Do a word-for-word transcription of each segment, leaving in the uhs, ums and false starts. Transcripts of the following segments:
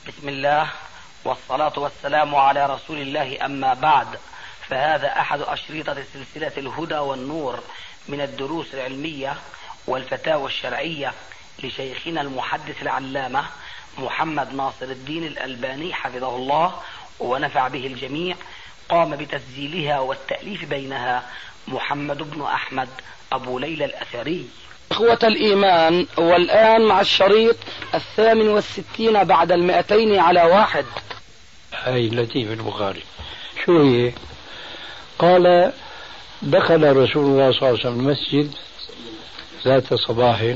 بسم الله والصلاة والسلام على رسول الله، أما بعد، فهذا أحد أشرطة سلسلة الهدى والنور من الدروس العلمية والفتاوى الشرعية لشيخنا المحدث العلامة محمد ناصر الدين الألباني حفظه الله ونفع به الجميع. قام بتسجيلها والتأليف بينها محمد بن أحمد أبو ليلى الأثري. إخوة الإيمان، والآن مع الشريط الثامن والستين بعد المئتين على واحد. هاي التي في البخاري. شو هي؟ قال: دخل رسول الله صلى الله عليه وسلم المسجد ذات صباح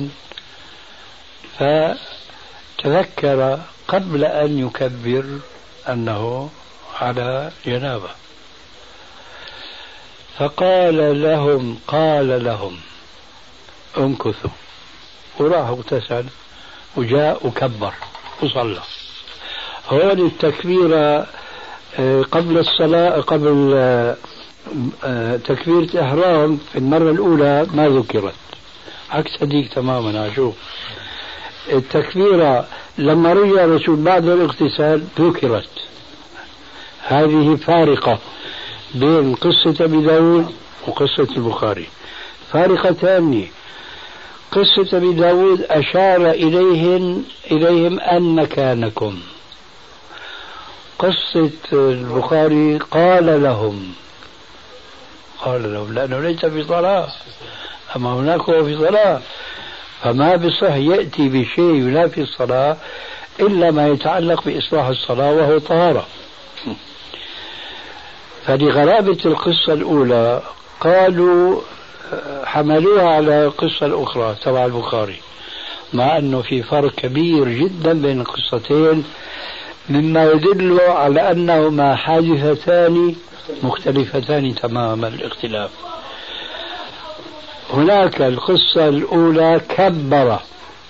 فتذكر قبل أن يكبر أنه على جنابة، فقال لهم قال لهم امكثوا، وراح اغتسل وجاء وكبر وصلى. هون التكبيرة قبل الصلاة، قبل تكبيرة إحرام في المرة الأولى ما ذكرت، عكس هذيك تماما. أشوف التكبيرة لما رجع الرسول بعد الاغتسال ذكرت. هذه فارقة بين قصة أبي داود وقصة البخاري، فارقة ثانية. قصة أبي داود أشار إليهم إليهم أن مكانكم، قصة البخاري قال لهم قال لهم لأنه ليس في صلاة، أما هناك هو في صلاة، فما بصح يأتي بشيء ينافي الصلاة إلا ما يتعلق بإصلاح الصلاة وهو طهارة. فلغرابة القصة الأولى قالوا حملوها على القصة الأخرى تبع البخاري، مع أنه في فرق كبير جدا بين القصتين، مما يدل على أنهما حادثتان مختلفتان تماما الاختلاف. هناك القصة الأولى كبر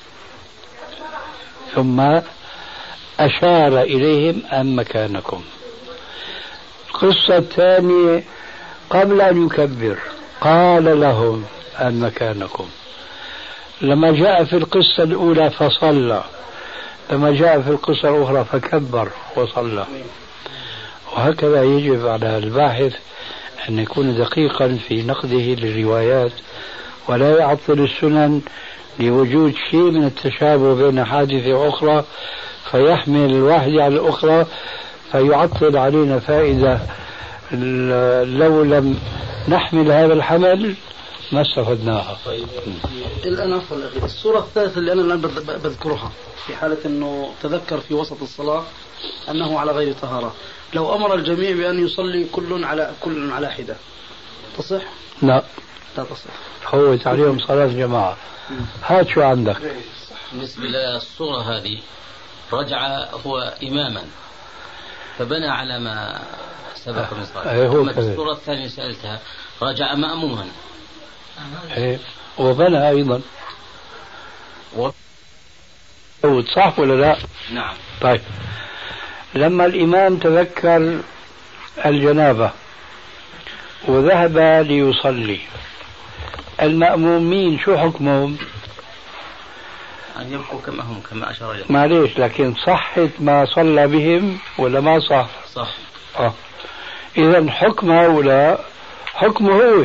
ثم أشار إليهم أن مكانكم. القصة الثانية قبل أن يكبر قال لهم أن مكانكم. لما جاء في القصة الأولى فصلى، لما جاء في القصة الأخرى فكبر وصلى. وهكذا يجب على الباحث أن يكون دقيقا في نقده للروايات، ولا يعطل السنن لوجود شيء من التشابه بين حادثة أخرى فيحمل الواحدة على الأخرى فيعطل علينا فائدة لو لم نحمل هذا الحمل ما استفدناها. الآن أفضل الصورة الثالثة اللي أنا الآن بذكرها في حالة أنه تذكر في وسط الصلاة أنه على غير طهارة، لو أمر الجميع بأن يصلي كل على كل على حدة تصح؟ لا لا تصح. فوت عليهم صلاة جماعة. هات شو عندك. بالنسبة للصورة هذه رجع هو إماما فبنى على ما سبق من صلاة. أما الصورة الثانية سألتها رجع مأموما ايه وبنى أيضا و... صح ولا لا؟ نعم. طيب، لما الإمام تذكر الجنابة وذهب ليصلي، المأمومين شو حكمهم؟ أن يبقوا كما هم كما أشار إليه. معليش، لكن صحت ما صلى بهم ولا ما صح؟ صح. آه. إذا حكم هؤلاء حكمه هو.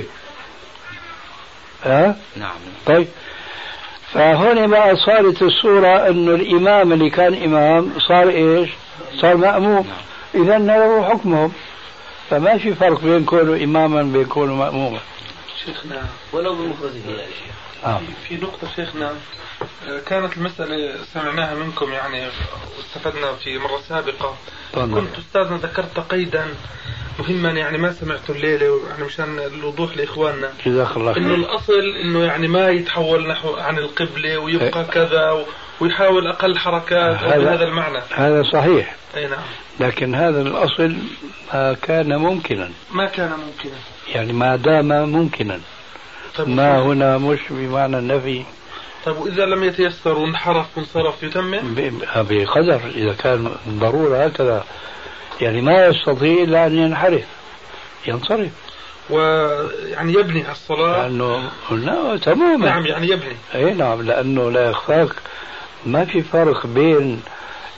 ها؟ نعم. طيب، فهون بقى صارت الصورة انه الامام اللي كان امام صار ايش؟ صار مأموم. نعم. اذا له حكمهم، فما في فرق بين كونه اماما بين كونه مأموما. شيخنا ولو بمفرده يا شيخ. آه. في نقطة شيخنا، كانت المسألة سمعناها منكم يعني واستفدنا في مرة سابقة. طبعا. كنت أستاذنا ذكرت قيدا مهما يعني ما سمعته الليلة يعني مشان الوضوح لإخواننا، جزاك الله خير، إنه الأصل إنه يعني ما يتحول نحو عن القبلة ويبقى اه كذا ويحاول أقل حركات بهذا المعنى. هذا صحيح. أي نعم. لكن هذا الأصل ما كان ممكنا. ما كان ممكنا. يعني ما دام ممكنا. طيب ما هنا مش بمعنى النفي. طيب وإذا لم يتيسر وانحرف وانصرف يتمم؟ بقدر، إذا كان ضرورة هكذا، يعني ما يستطيع إلا أن ينحرف ينصرف ويعني يبني على الصلاة. لأنه لا تماما. نعم يعني يبني. أي نعم، لأنه لا يخفاك ما في فرق بين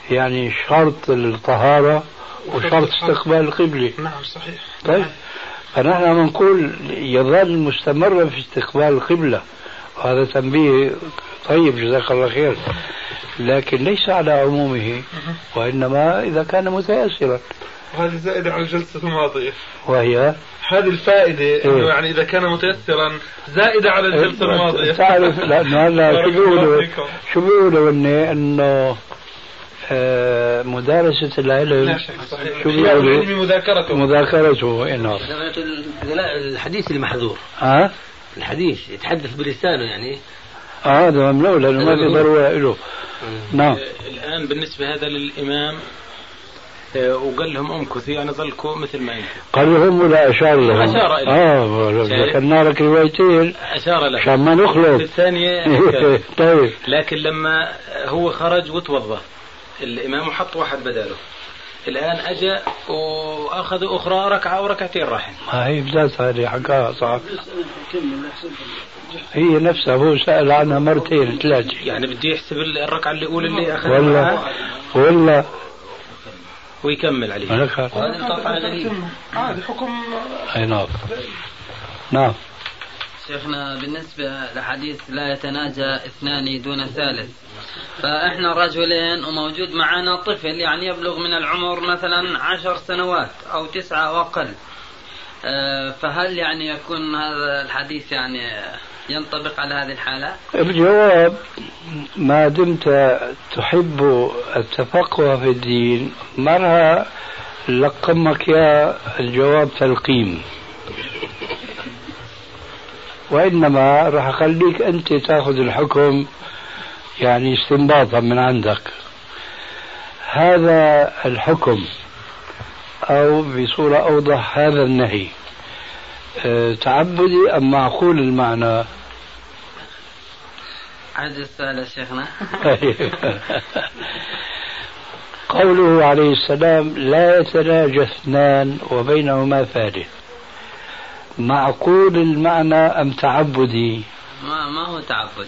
يعني شرط الطهارة وشرط استقبال القبلة. نعم صحيح. طيب فنحن بنقول يظل مستمرا في استقبال القبلة، وهذا تنبيه طيب جزاك الله خير، لكن ليس على عمومه، وإنما إذا كان متيسرا. وهذه زائدة على الجلسة الماضية، وهي هذه الفائدة إيه؟ إنه يعني إذا كان متيسرا زائدة على الجلسة إيه؟ الماضية. تعرف لأنه هلا شو بيقولوا شو بيقولوا إنه آه مدارسة العلم شو بيقولوا؟ مذاكرته مذاكرته إنه الحديث المحذور. ها؟ الحديث يتحدث بلسانه يعني. اه هذا ممنوع لأنه ما في ضرورة له. نعم. الآن بالنسبة هذا للإمام وقال لهم امكثوا يعني ظلكوا مثل ما انتم. قال لهم ولا اشار لهم؟ اشار اليه. اه ذكرنا لك روايتين اشار له عشان ما نخلط. الثانيه طيب. لكن لما هو خرج وتوضا الامام وحط واحد بداله، الان اجى واخذ اخرى ركعه وركعتين راحين. ما هي بذاتها هذه حكاها صح. هي نفسها هو سأل عنها مرتين ثلاثة. يعني بدي يحسب الركعه اللي الاولى اللي اخذها ولا ولا ويكمل عليه. هذا حكم. اي نعم. نعم. شيخنا بالنسبة لحديث لا يتناجى اثنان دون ثالث، فإحنا رجلين وموجود معنا طفل يعني يبلغ من العمر مثلا عشر سنوات أو تسعة أو أقل، فهل يعني يكون هذا الحديث يعني ينطبق على هذه الحالة؟ الجواب ما دمت تحب التفقه في الدين مرة لقمك يا الجواب تلقيم، وإنما راح أخليك أنت تأخذ الحكم يعني استنباطا من عندك. هذا الحكم أو بصورة أوضح هذا النهي تعبدي أم معقول المعنى؟ عاد السؤال يا شيخنا. قوله عليه السلام لا يتناجى اثنان وبينهما ثالث، معقول المعنى أم تعبدي؟ ما ما هو تعبدي.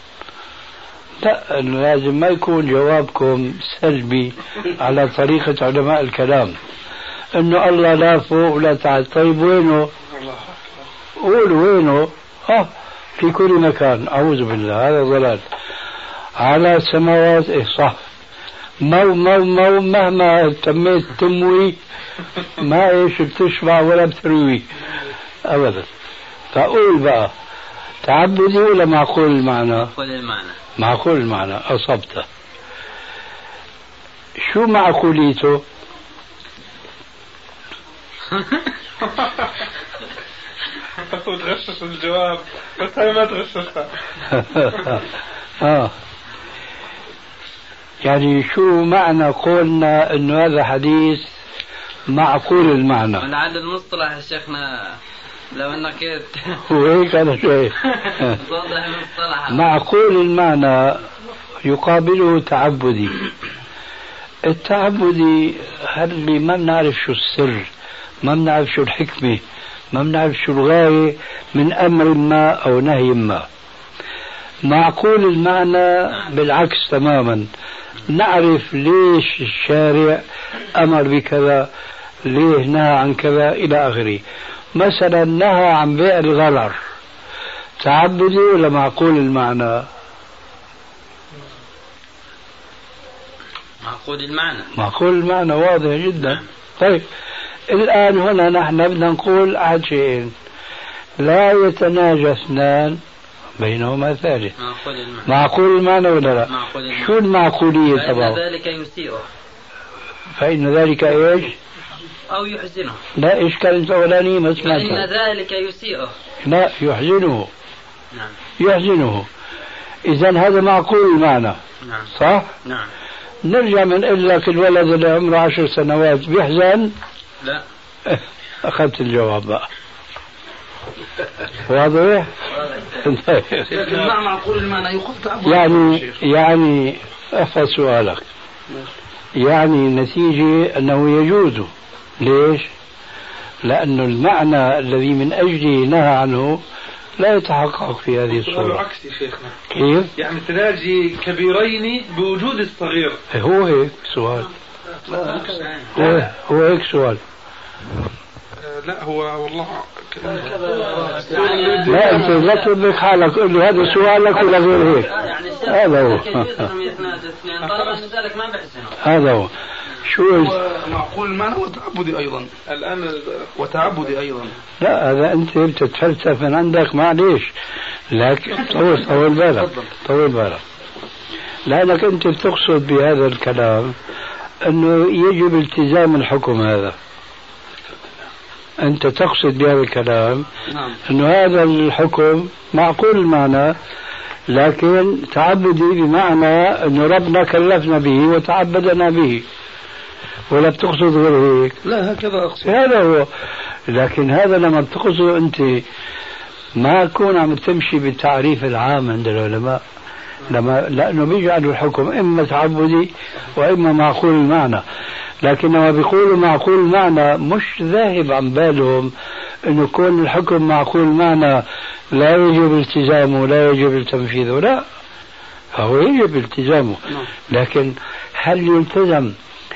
لا لازم ما يكون جوابكم سلبي على طريقة علماء الكلام انه الله لا فوق ولا تحت. طيب وينه؟ قولوا وينه؟ ها في كل مكان. اعوذ بالله هذا ضلال. على السماوات إيه صح. مو مو مو مهما تميت تموي ما ايش بتشبع ولا بتروي ابدا. فقول بقى تعبدي ولا معقول المعنى؟ معقول المعنى. معقول المعنى اصبته. شو معقوليته؟ تغشش الجواب بس هي ما تغششها. اه يعني شو معنى قولنا انه هذا حديث معقول المعنى؟ من عدد المصطلح يا شيخنا لو انك وهيك انا شوي معقول المعنى يقابله تعبدي. التعبدي هل ما بنعرف شو السر، ما بنعرف شو الحكمة، ما بنعرف شو الغاية من أمر ما أو نهي ما. معقول المعنى بالعكس تماما، نعرف ليش الشارع أمر بكذا، ليه نهى عن كذا إلى آخره. مثلا نهى عن بيع الغرر، تعبدي ولا معقول المعنى؟ معقول المعنى. معقول المعنى واضح جدا. طيب الآن هنا نحن بدنا نقول أحد شيئين، لا يتناجى اثنان بينهما ثالث. معقول المعنى. معقول المعنى ولا لا؟ معقول المعنى. شو المعقولية تبعه؟ فإن ذلك يسيئه. فإن ذلك إيش؟ أو يحزنه. لا إيش كان الأولاني ما سمعتها. فإن ذلك يسيئه. لا يحزنه. نعم. يحزنه. إذا هذا معقول المعنى. نعم. صح؟ نعم. نرجع بنقول لك الولد اللي عمره عشر سنوات بيحزن؟ لا. أخذت الجواب بقى. واضح؟ مع معقول المعنى يقول يعني يعني احفظ سؤالك. يعني النتيجة أنه يجوز. ليش؟ لأن المعنى الذي من أجله نهى عنه لا يتحقق في هذه الصورة. عكسي شيخنا. كيف؟ يعني تناجي كبيرين بوجود الصغير. هو هيك سؤال. هو, هو هيك سؤال. لا هو والله لا انت لا تدرك حالك قل لي هذا سؤالك ولا غير هيك. هذا هو. هذا هو. شو معقول المعنى وتعبدي ايضا الان وتعبدي ايضا. لا هذا انت بتتفلسف من عندك معليش، لكن طول طول بالك طول بالك لانك انت بتقصد بهذا الكلام انه يجب التزام الحكم هذا. أنت تقصد بهذا الكلام نعم. أنه هذا الحكم معقول المعنى لكن تعبدي بمعنى أنه ربنا كلفنا به وتعبدنا به، ولا بتقصد غير هيك؟ لا هكذا أقصد. هذا هو. لكن هذا لما بتقصده أنت ما تكون عم تمشي بالتعريف العام عند العلماء، لما لأنه بيجعلوا الحكم إما تعبدي وإما معقول المعنى. لكن لما بيقولوا معقول المعنى مش ذاهب عن بالهم انه يكون الحكم معقول المعنى لا يجب التزامه لا يجب تنفيذه، لا فهو يجب التزامه، لكن هل يلتزم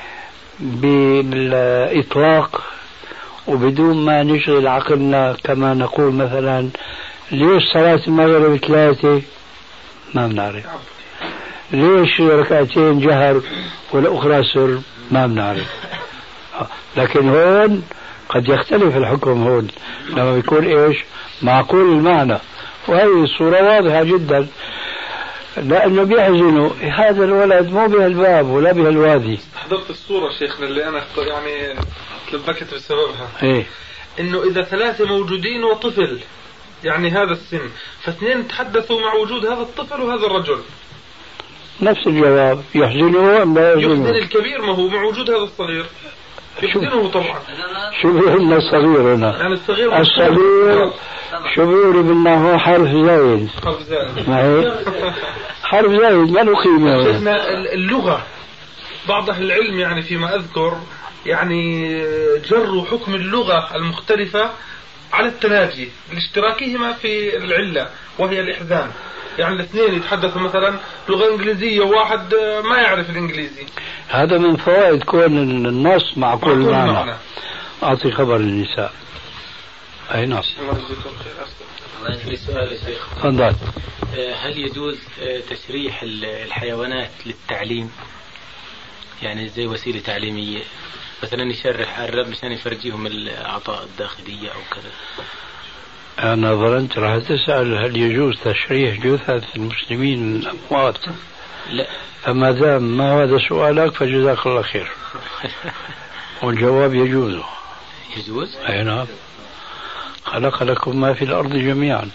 بالإطلاق وبدون ما نشغل عقلنا كما نقول مثلا ليش صلاة المغرب ثلاثة ما بنعرف، ليش ركعتين جهر والأخرى سر ما بنعرف. لكن هون قد يختلف الحكم هون لما بيكون ايش معقول المعنى، وهذه الصورة واضحة جدا لأنه بيحزنوا هذا الولد مو بهالباب ولا بهالوادي. حضرت الصورة شيخنا اللي أنا يعني تلبكت بسببها إيه؟ إنه إذا ثلاثة موجودين وطفل يعني هذا السن، فاثنين تحدثوا مع وجود هذا الطفل وهذا الرجل، نفس الجواب يحزنه أم لا يحزنه؟ يحزن الكبير ما هو مع وجود هذا الصغير يحزنه طبعا. شو بيقولنا الصغير هنا؟ يعني الصغير الصغير شو بيقولوا بأنه هو حرف زايد. حرف زايد ما هي حرف زايد ما له قيمة. شيخنا اللغة بعض أهل العلم يعني فيما أذكر يعني جروا حكم اللغة المختلفة على التناجي لاشتراكهما في العلة وهي الإحزان. يعني الاثنين يتحدثوا مثلا لغة إنجليزية وواحد ما يعرف الإنجليزي. هذا من فوائد كون النص معقول المعنى. أعطي خبر النساء. أي نص؟ عندي سؤال يا شيخ. تفضل. هل يجوز تشريح الحيوانات للتعليم؟ يعني زي وسيلة تعليمية مثلا يشرح الرب مشان يفرجيهم الأعضاء الداخلية أو كذا. أنا ظننت راح تسأل هل يجوز تشريح جثث المسلمين الأموات؟ لا. فما دام ما هذا سؤالك فجزاك الله خير. والجواب يجوز. يجوز؟ أي نعم. خلق لكم ما في الأرض جميعا.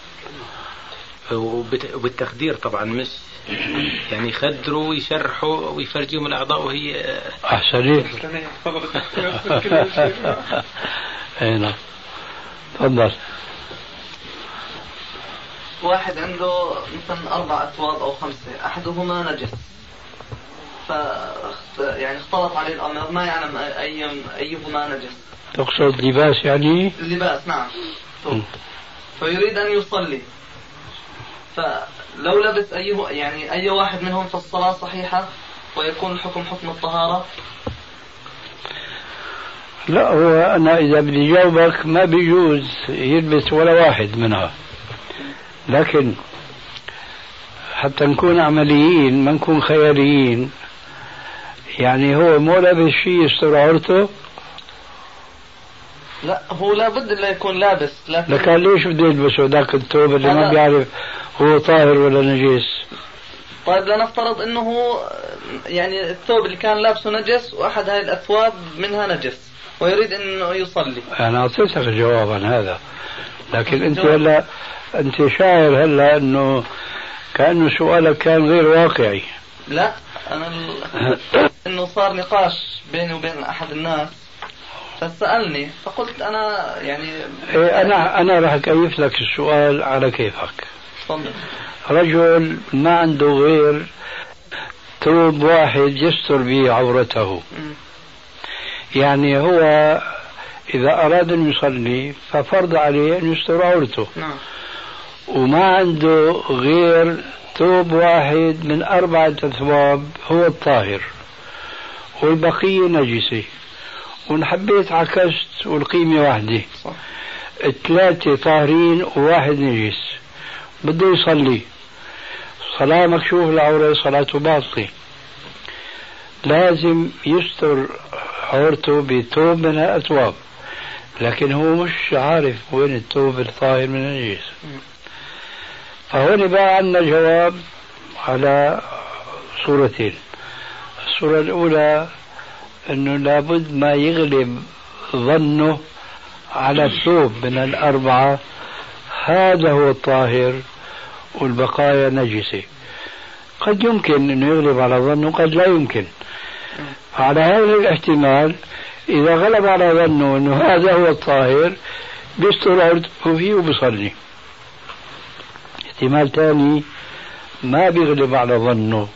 وبالتخدير طبعا مش يعني يخدروا ويشرحوا ويفرجيهم الأعضاء وهي أحسنين. أي نعم. تفضل. واحد عنده مثلا أربع أثواب أو خمسة، أحدهما نجس، ف يعني اختلط عليه الأمر ما يعلم أي أيهما نجس. تقصد لباس يعني؟ اللباس نعم. فيريد أن يصلي، فلو لبس أيه يعني أي واحد منهم فالصلاة صحيحة ويكون الحكم حكم الطهارة. لا هو أنا إذا بدي جاوبك ما بيجوز يلبس ولا واحد منها، لكن حتى نكون عمليين ما نكون خياليين. يعني هو مو لابس شيء يستر عورته؟ لا هو لابد لا يكون لابس، لكن لكن ليش بده يلبسه ذاك الثوب اللي ما بيعرف هو طاهر ولا نجس؟ طيب لنفترض انه هو يعني الثوب اللي كان لابسه نجس واحد هاي الاثواب منها نجس ويريد انه يصلي. انا اعطيتك الجواب عن هذا، لكن انت هلا انت شاعر هلا انه كانه سؤالك كان غير واقعي. لا انا ال... انه صار نقاش بيني وبين احد الناس فسألني فقلت انا يعني إيه انا انا راح اكيف لك السؤال على كيفك. تفضل. رجل ما عنده غير ثوب واحد يستر به عورته، م. يعني هو إذا أراد أن يصلي ففرض عليه أن يستر عورته، نعم. وما عنده غير ثوب واحد من أربعة أثواب هو الطاهر والبقية نجسة، وإن حبيت عكست والقيمة واحدة، ثلاثة طاهرين وواحد نجس، بده يصلي صلاة مكشوف العورة، صلاته باطلة، لازم يستر عورته بثوب من الأثواب، لكن هو مش عارف وين الثوب الطاهر من النجس. فهون بقى عندنا جواب على صورتين. الصورة الأولى أنه لابد ما يغلب ظنه على الثوب من الأربعة، هذا هو الطاهر والبقايا نجسة. قد يمكن أنه يغلب على ظنه، قد لا يمكن. على هذا الاحتمال إذا غلب على ظنه أنه هذا هو الطاهر بيستر عورته فيه وبيصلي. احتمال ثاني ما بيغلب على ظنه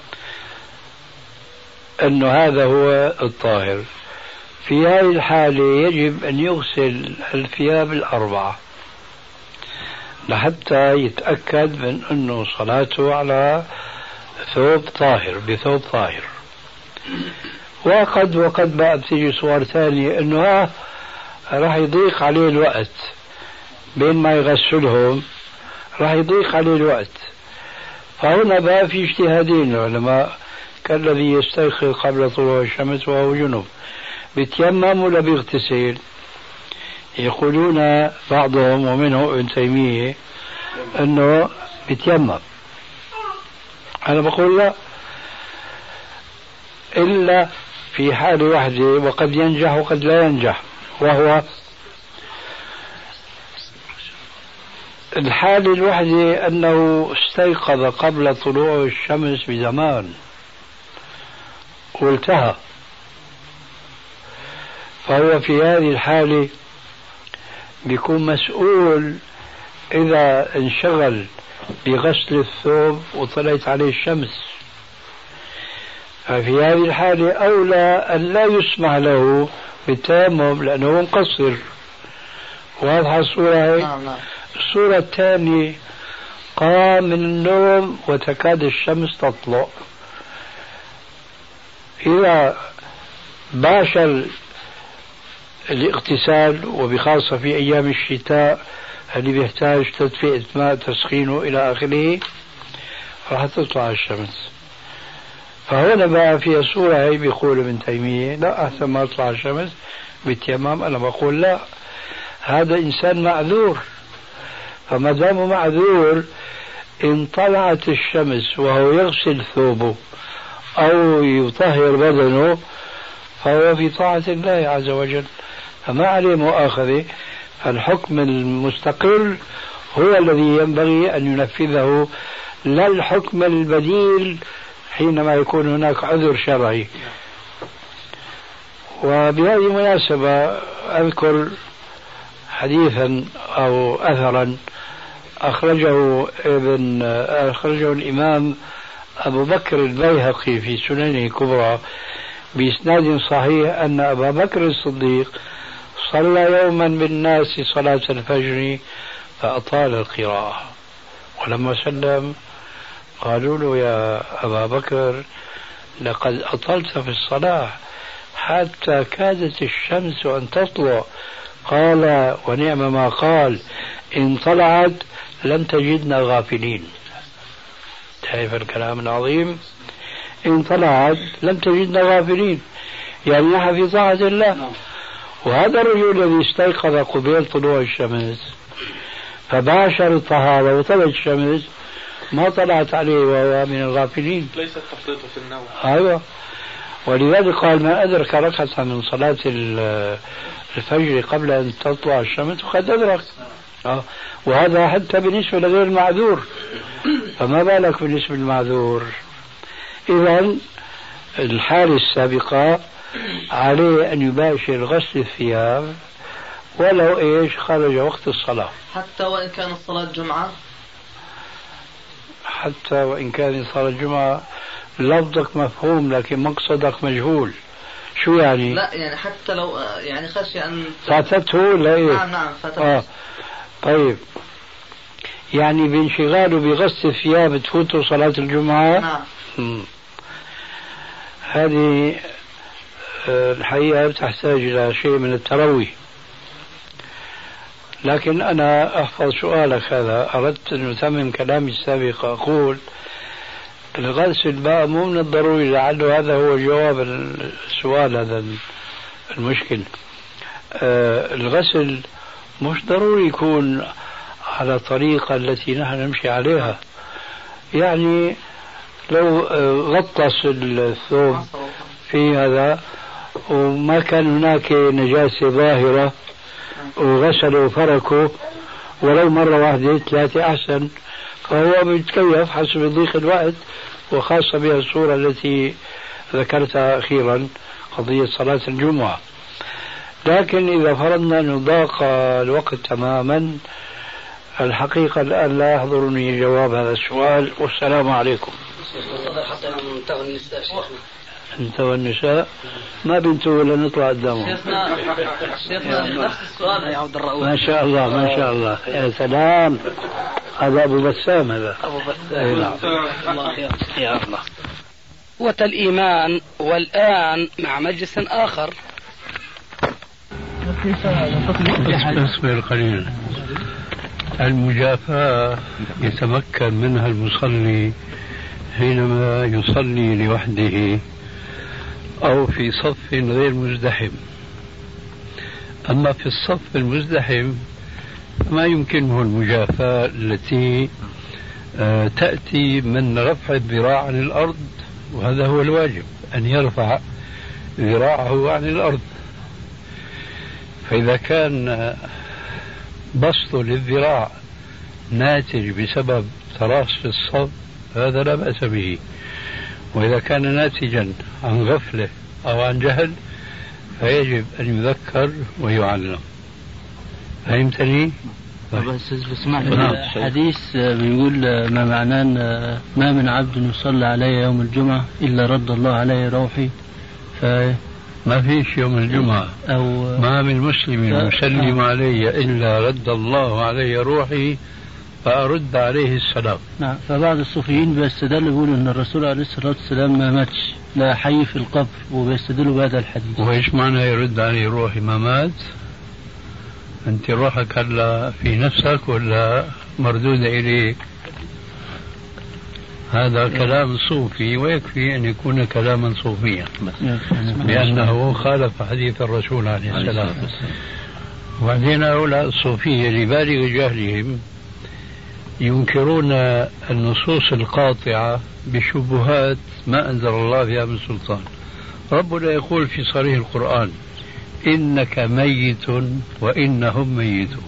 أنه هذا هو الطاهر، في هذه الحالة يجب أن يغسل الثياب الأربعة لحتى يتأكد من أنه صلاته على ثوب طاهر بثوب طاهر. وقد وقد بقى بتيجي صور ثانية أنه ها راح يضيق عليه الوقت بين ما يغسلهم، راح يضيق عليه الوقت، فهنا بقى في اجتهادين العلماء، كالذي يستيقظ قبل طلوع الشمس وهو جنوب بيتيمم ولا بيغتسل؟ يقولون بعضهم ومنه ابن تيمية أنه بيتيمم. أنا بقول لا، إلا في حالة واحدة وقد ينجح وقد لا ينجح، وهو الحالة الوحدة أنه استيقظ قبل طلوع الشمس بزمان والتهى، فهو في هذه الحالة بيكون مسؤول إذا انشغل بغسل الثوب وطلعت عليه الشمس. ففي هذه الحالة أولى أن لا يسمح له بالتيمم لأنه مقصر. واضحة الصورة هي؟ الصورة الثانية قام من النوم وتكاد الشمس تطلع، إذا باشر الاغتسال وبخاصة في أيام الشتاء اللي بيحتاج تدفئة ماء تسخينه إلى آخره راح تطلع الشمس. فهنا بقى في الصورة هي بيقول ابن تيمية لا، أحسن ما تطلع الشمس بالتيمم. أنا بقول لا، هذا إنسان معذور، فما دام معذور إن طلعت الشمس وهو يغسل ثوبه أو يطهر بدنه فهو في طاعة الله عز وجل، فما عليه مؤاخذة. فالحكم المستقل هو الذي ينبغي أن ينفذه، لا الحكم البديل حينما يكون هناك عذر شرعي. وبهذه المناسبة أذكر حديثا أو أثرا أخرجه ابن أخرجه الإمام أبو بكر البيهقي في سننه الكبرى بإسناد صحيح أن أبا بكر الصديق صلى يوما بالناس صلاة الفجر فأطال القراءة، ولما سلم قالوا له يا أبا بكر لقد أطلت في الصلاة حتى كادت الشمس أن تطلع. قال ونعم ما قال، إن طلعت لم تجدنا غافلين. تعرف الكلام العظيم، إن طلعت لم تجدنا غافلين، يعني نحن في طاعة الله. وهذا الرجل الذي استيقظ قبيل طلوع الشمس فباشر الطهارة وطلعت الشمس ما طلعت عليه وهو من الغافلين، ليس التفريط في النوم. أيوة، ولذلك قال ما أدرك ركعة من صلاة الفجر قبل أن تطلع الشمس وقد أدرك. آه. وهذا حتى بالنسبة لغير المعذور، فما بالك بالنسبة للمعذور. إذا الحالة السابقة عليه أن يباشر غسل الثياب ولو إيش خرج وقت الصلاة، حتى وإن كانت صلاة جمعة. حتى وإن كانت صلاة جمعة لفظك مفهوم لكن مقصدك مجهول. شو يعني؟ لا يعني حتى لو يعني خشي أن فاتته ولا إيه؟ نعم نعم فاتته. آه. طيب يعني بانشغاله بغسل الثياب تفوته صلاة الجمعة؟ نعم. هذه الحقيقة تحتاج إلى شيء من التروي، لكن أنا أحفظ سؤالك هذا. أردت أن أتمم كلامي السابق، أقول الغسل بقى مو من الضروري، لعله هذا هو جواب السؤال هذا المشكل. آه الغسل مش ضروري يكون على الطريقة التي نحن نمشي عليها. يعني لو غطس الثوب في هذا وما كان هناك نجاسة ظاهرة وغسله وفركه ولو مرة واحدة ثلاثة أحسن، فهو بيتكيف حسب ضيق الوقت، وخاصة بها الصورة التي ذكرتها أخيرا قضية صلاة الجمعة. لكن إذا فرضنا أن ضاق الوقت تماما، الحقيقة الآن لا يحضرني جواب هذا السؤال، والسلام عليكم. حتى ننتهي النساء شيخنا. انتهى النساء ما بنتوا ولا نطلع قدامهم. شيخنا شيخنا نفس السؤال يعود الرؤوس. ما شاء الله ما شاء الله، يا سلام. هذا أبو بسام، هذا أبو بسام. الله خير يا الله. قوة الإيمان. والآن مع مجلس آخر. اصبر قليلا. المجافاة يتمكن منها المصلي حينما يصلي لوحده أو في صف غير مزدحم. أما في الصف المزدحم ما يمكنه المجافاة التي تأتي من رفع الذراع عن الأرض، وهذا هو الواجب، أن يرفع ذراعه عن الأرض. فإذا كان بسط للذراع ناتج بسبب تراص في الصف هذا لا بأس به، وإذا كان ناتجا عن غفلة أو عن جهل فيجب أن يذكر ويعلم. فهمتني؟ بس اسمع حديث بيقول ما معناه ما من عبد يصلى علي يوم الجمعة إلا رد الله عليه روحي. ف ما فيش يوم الجمعة أو ما من مسلم يسلم علي إلا رد الله علي روحي فأرد عليه السلام. نعم. فبعض الصوفيين بيستدلوا يقولوا أن الرسول عليه الصلاة والسلام ما ماتش، لا حي في القبر، وبيستدلوا بهذا الحديث. وإيش معنى يرد عليه روحي؟ ما مات؟ أنت روحك هلا في نفسك ولا مردودة إليك؟ هذا كلام صوفي، ويكفي أن يكون كلاما صوفيا لأنه خالف حديث الرسول عليه السلام. وبعدين هؤلاء الصوفية لبالغ جهلهم ينكرون النصوص القاطعة بشبهات ما أنزل الله بها من سلطان. ربنا يقول في صريح القرآن إنك ميت وإنهم ميتون.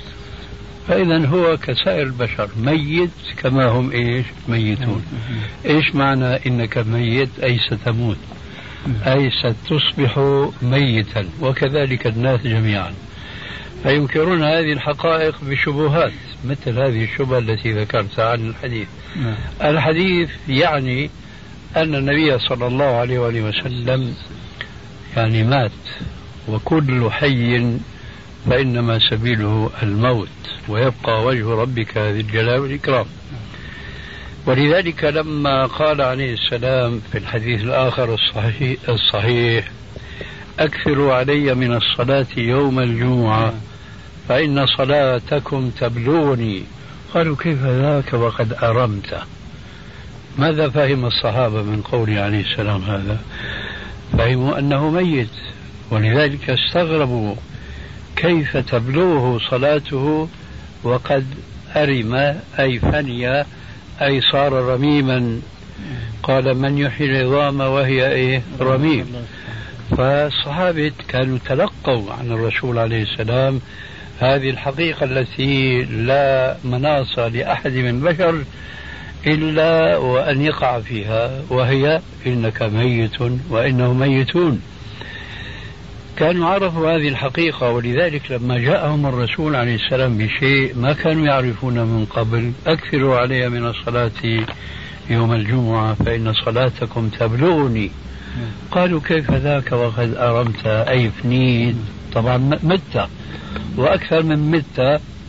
فإذا هو كسائر البشر ميت كما هم إيش ميتون. إيش معنى إنك ميت؟ أي ستموت، أي ستصبح ميتا، وكذلك الناس جميعا. فينكرون هذه الحقائق بشبهات مثل هذه الشبهة التي ذكرتها عن الحديث. الحديث يعني أن النبي صلى الله عليه وآله وسلم يعني مات، وكل حي فإنما سبيله الموت، ويبقى وجه ربك ذي الجلال والإكرام. ولذلك لما قال عليه السلام في الحديث الآخر الصحيح, الصحيح أكثروا علي من الصلاة يوم الجمعة فإن صلاتكم تبلغني. قالوا كيف ذاك وقد أرمت؟ ماذا فهم الصحابة من قوله عليه السلام هذا؟ فهموا أنه ميت، ولذلك استغربوا كيف تبلغه صلاته وقد أرم أي فني أي صار رميما. قال من يحيي العظام وهي إيه رميم. فالصحابة كانوا تلقوا عن الرسول عليه السلام هذه الحقيقة التي لا مناص لأحد من بشر إلا وأن يقع فيها، وهي إنك ميت وإنهم ميتون. كانوا عرفوا هذه الحقيقة، ولذلك لما جاءهم الرسول عليه السلام بشيء ما كانوا يعرفون من قبل أكثروا علي من الصلاة يوم الجمعة فإن صلاتكم تبلغني. قالوا كيف ذاك وقد أرمت أي فنيد؟ طبعا مت، وأكثر من مت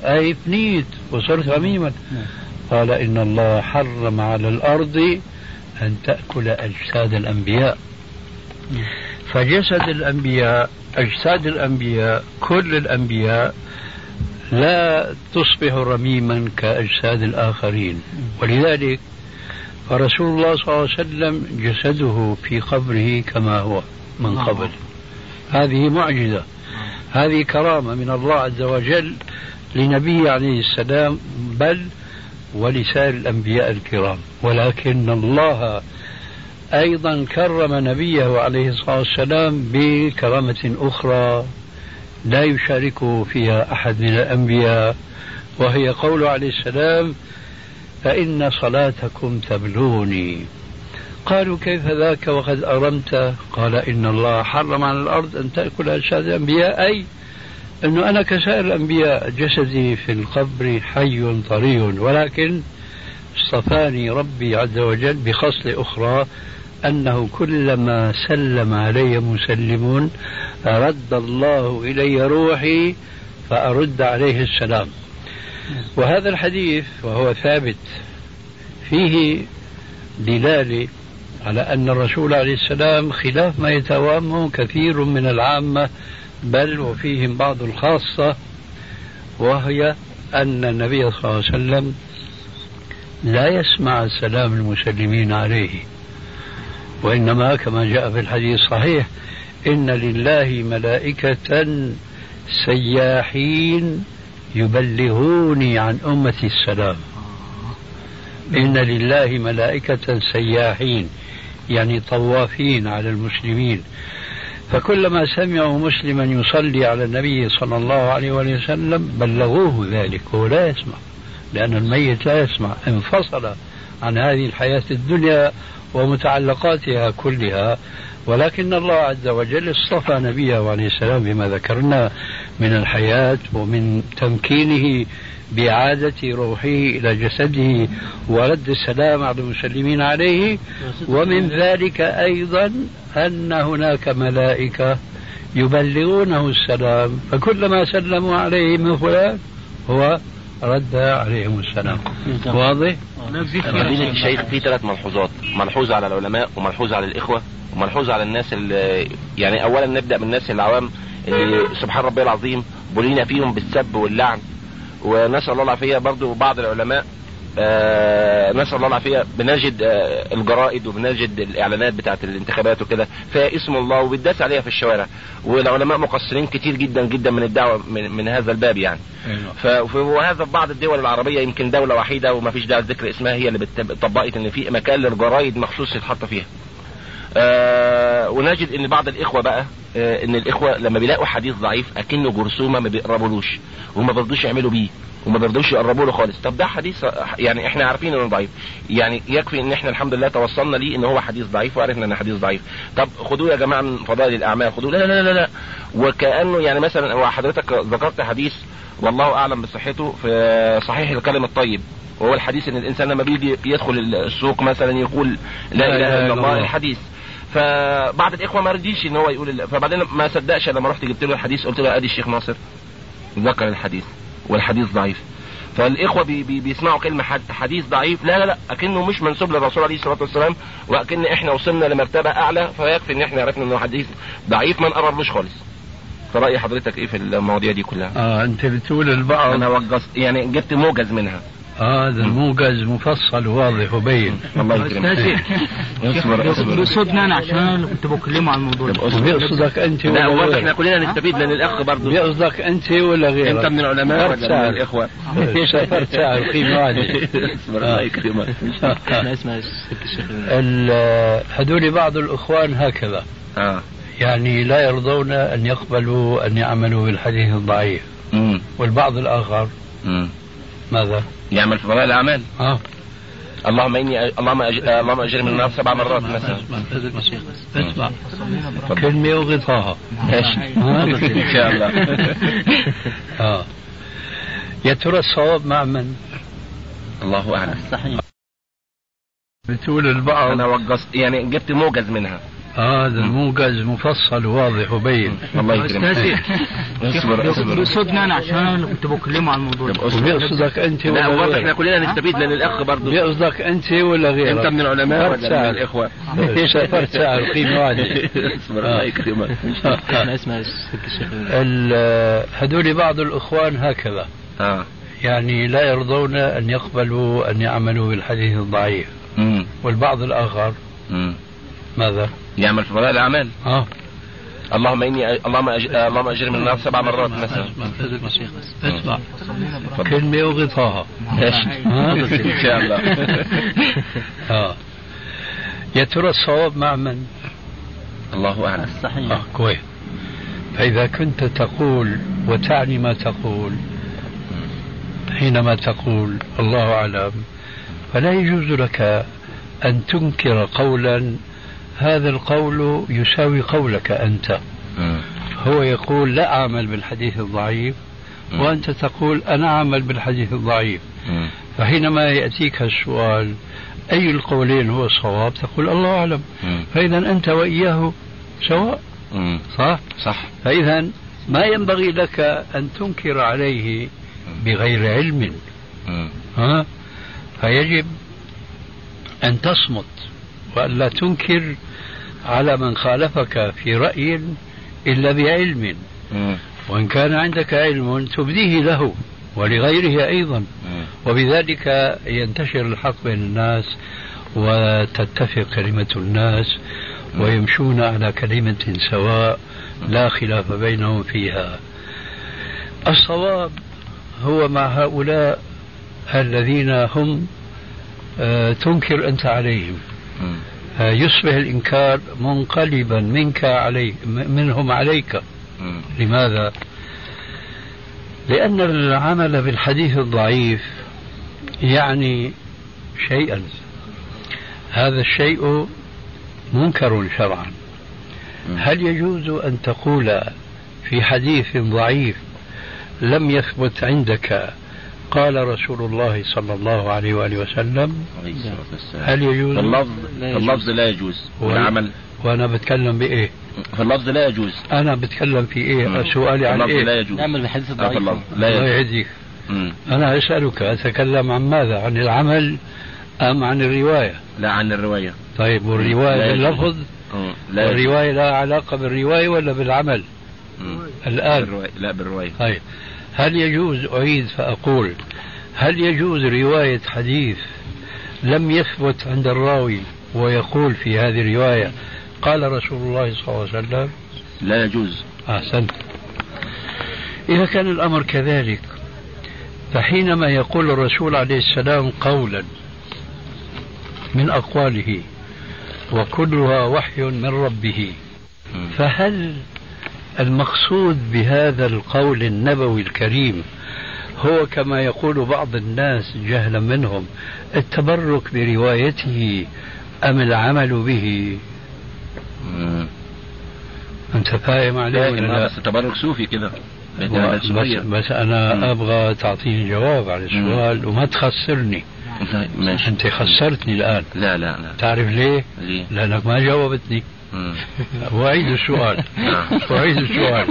أي فنيت وصرت غميما. قال إن الله حرم على الأرض أن تأكل أجساد الأنبياء. فجسد الأنبياء أجساد الأنبياء كل الأنبياء لا تصبح رميما كأجساد الآخرين. ولذلك فرسول الله صلى الله عليه وسلم جسده في قبره كما هو من قبل. هذه معجزة، هذه كرامة من الله عز وجل لنبيه عليه السلام بل ولسائر الأنبياء الكرام. ولكن الله أيضا كرم نبيه عليه الصلاة والسلام بكرامة أخرى لا يشاركه فيها أحد من الأنبياء، وهي قوله عليه السلام فإن صلاتكم تبلغني. قالوا كيف ذاك وقد أرمت؟ قال إن الله حرم على الأرض أن تأكل أجساد الأنبياء، أي أنه أنا كسائر الأنبياء جسدي في القبر حي طري، ولكن اصطفاني ربي عز وجل بخصلة أخرى أنه كلما سلم علي مسلمون رد الله إلي روحي فأرد عليه السلام. وهذا الحديث وهو ثابت فيه دلالة على أن الرسول عليه السلام خلاف ما يتوهمه كثير من العامة بل وفيهم بعض الخاصة، وهي أن النبي صلى الله عليه وسلم لا يسمع سلام المسلمين عليه، وإنما كما جاء في الحديث الصحيح إن لله ملائكة سياحين يبلغوني عن أمتي السلام. إن لله ملائكة سياحين يعني طوافين على المسلمين، فكلما سمعوا مسلما يصلي على النبي صلى الله عليه وسلم بلغوه ذلك، وهو لا يسمع لأن الميت لا يسمع، انفصل عن هذه الحياة الدنيا ومتعلقاتها كلها. ولكن الله عز وجل اصطفى نبيه عليه السلام بما ذكرنا من الحياة ومن تمكينه بإعادة روحه إلى جسده ورد السلام على المسلمين عليه. ومن ذلك أيضا أن هناك ملائكة يبلغونه السلام، فكلما سلموا عليه من فلان هو رد عليهم السلام. واضح؟ فضيلة الشيخ في ثلاث ملحوظات، ملحوظة على العلماء وملحوظة على الإخوة وملحوظة على الناس اللي يعني أولا نبدأ بالناس العوام اللي سبحان ربي العظيم بلينا فيهم بالسب واللعن، ونسأل الله العافية برضو بعض العلماء آه نسأل الله العافية بنجد آه الجرائد وبنجد الإعلانات بتاعت الانتخابات وكده فيها اسم الله وبيداس عليها في الشوارع، والعلماء مقصرين كتير جدا جدا من الدعوة من, من هذا الباب يعني. وهذا في بعض الدول العربية يمكن دولة وحيدة وما فيش داعي ذكر اسمها هي اللي طبقت ان في مكان للجرائد مخصوص يتحط فيها. آه ونجد ان بعض الاخوة بقى آه ان الاخوة لما بيلاقوا حديث ضعيف اكنه جرثومة ما بيقربولوش وما بيرضوش يعملوا بيه وما بيرضوش يقربوا له خالص. طب ده حديث يعني احنا عارفين انه ضعيف، يعني يكفي ان احنا الحمد لله توصلنا ليه ان هو حديث ضعيف وعرفنا انه حديث ضعيف. طب خدوه يا جماعه من فضائل الاعمال، خدوه لا لا لا لا وكانه يعني مثلا هو حضرتك ذكرت حديث والله اعلم بصحته في صحيح الكلم الطيب، وهو الحديث ان الانسان لما بيجي يدخل السوق مثلا يقول لا اله الا الله الحديث. فبعض الاخوه ما رضيش ان هو يقول، فبعدين ما صدقش لما رحت جبت له الحديث قلت له ادي الشيخ ناصر ذكر الحديث والحديث ضعيف. فالاخوه بي بي بيسمعوا كلمه حديث ضعيف لا لا لا اكنه مش منسوب للرسول عليه الصلاه والسلام، واكن احنا وصلنا لمرتبه اعلى، فيكفي ان احنا عرفنا انه حديث ضعيف ما نقربلوش خالص. فرأي حضرتك ايه في المواضيع دي كلها؟ اه انت بتقول البعض انا وجزت يعني جبت موجز منها. اه هذا الموجز مفصل وواضح وبين. الله يكرمك. اصبر اصبر بيقصدنا انا عشان كنت بكلمه عن الموضوع ده. بيقصدك انت ولا لا واضح احنا كلنا نستفيد لان الاخ برضه بيقصدك انت ولا غيرك؟ انت من العلماء ولا من الاخوه؟ سافرت ساعه القيمه هذه. الله يكرمك. انا اسمع ست الشيخ. هذول بعض الاخوان هكذا اه يعني لا يرضون ان يقبلوا ان يعملوا بالحديث الضعيف. امم والبعض الاخر امم ماذا؟ يعمل في فضائل الاعمال. اه اللهم اني اللهم أج... اللهم اجرني من النار سبع مرات مثلا. اسمع كلمه وغطاها ماشي ان شاء الله. اه يا ترى الصواب مع من؟ الله اعلم. صحيح. بتقول البعض انا وجزت يعني جبت موجز منها. هذا الموجز مفصل وواضح وبين. الله يكرمك. اصبر اصبر. بيقصدنا انا عشان كنت بكلمه عن الموضوع. بيقصدك انت ولا غيرك؟ احنا كلنا نستفيد لان الاخ برضه. بيقصدك انت ولا غيرك؟ انت من العلماء ولا من الاخوه؟ ايش فرق ساعه القيمه واحده. اصبر الله يكرمك. انا اسمع الشيخ. هذول بعض الاخوان هكذا. اه يعني لا يرضون ان يقبلوا ان يعملوا بالحديث الضعيف. امم والبعض الاخر امم ماذا؟ يعمل في فضائل الاعمال. اه اللهم اني اللهم أج... اللهم اجرني من النار سبع مرات مثلا. اسمع كلمه وغطاها ان شاء الله. اه يا ترى الصواب مع من؟ الله اعلم. صحيح. اه كويس. فاذا كنت تقول وتعني ما تقول حينما تقول الله اعلم فلا يجوز لك ان تنكر قولا هذا القول يساوي قولك أنت. م. هو يقول لا أعمل بالحديث الضعيف م. وأنت تقول أنا أعمل بالحديث الضعيف. م. فحينما يأتيك السؤال أي القولين هو الصواب تقول الله أعلم. م. فإذا أنت وإياه سواء. م. صح؟ صح. فإذا ما ينبغي لك أن تنكر عليه بغير علم. م. ها؟ فيجب أن تصمت وألا تنكر على من خالفك في رأي إلا بعلم. م. وإن كان عندك علم تبديه له ولغيره أيضا. م. وبذلك ينتشر الحق بين الناس وتتفق كلمة الناس م. ويمشون على كلمة سواء لا خلاف بينهم فيها. الصواب هو مع هؤلاء الذين هم آه تنكر أنت عليهم. م. يصبح الإنكار منقلبا منك علي منهم عليك. م. لماذا؟ لأن العمل بالحديث الضعيف يعني شيئا، هذا الشيء منكر شرعا. م. هل يجوز أن تقول في حديث ضعيف لم يثبت عندك قال رسول الله صلى الله عليه وآله وسلم؟ هل يجوز؟ اللفظ اللفظ لا يجوز والعمل. وأنا بتكلم بإيه؟ اللفظ لا يجوز. أنا بتكلم في إيه؟ مم. سؤالي عن إيه؟ لا يجوز. نعمل بحديث ضعيف. لا يجوز. أنا أسألك أتكلم عن ماذا؟ عن العمل أم عن الرواية؟ لا عن الرواية. طيب والرواية باللفظ؟ لا الرواية لا علاقة بالرواية ولا بالعمل؟ مم. الآن بالرواية. لا بالرواية. طيب هل يجوز أعيد فأقول هل يجوز رواية حديث لم يثبت عند الراوي ويقول في هذه الرواية قال رسول الله صلى الله عليه وسلم؟ لا يجوز. أحسنت. إذا كان الأمر كذلك فحينما يقول الرسول عليه السلام قولا من أقواله وكلها وحي من ربه، فهل المقصود بهذا القول النبوي الكريم هو كما يقول بعض الناس جهلا منهم التبرك بروايته أم العمل به؟ مم. أنت فاهم عليه ولا لا؟ بس تبرك صوفي كده. بس, بس أنا مم. أبغى تعطيني جواب على السؤال مم. وما تخسرني. ماشي. أنت خسرتني الآن. لا لا لا. تعرف ليه؟ ليه؟ لأنك ما جاوبتني. وأعيد السؤال. وأعيد السؤال.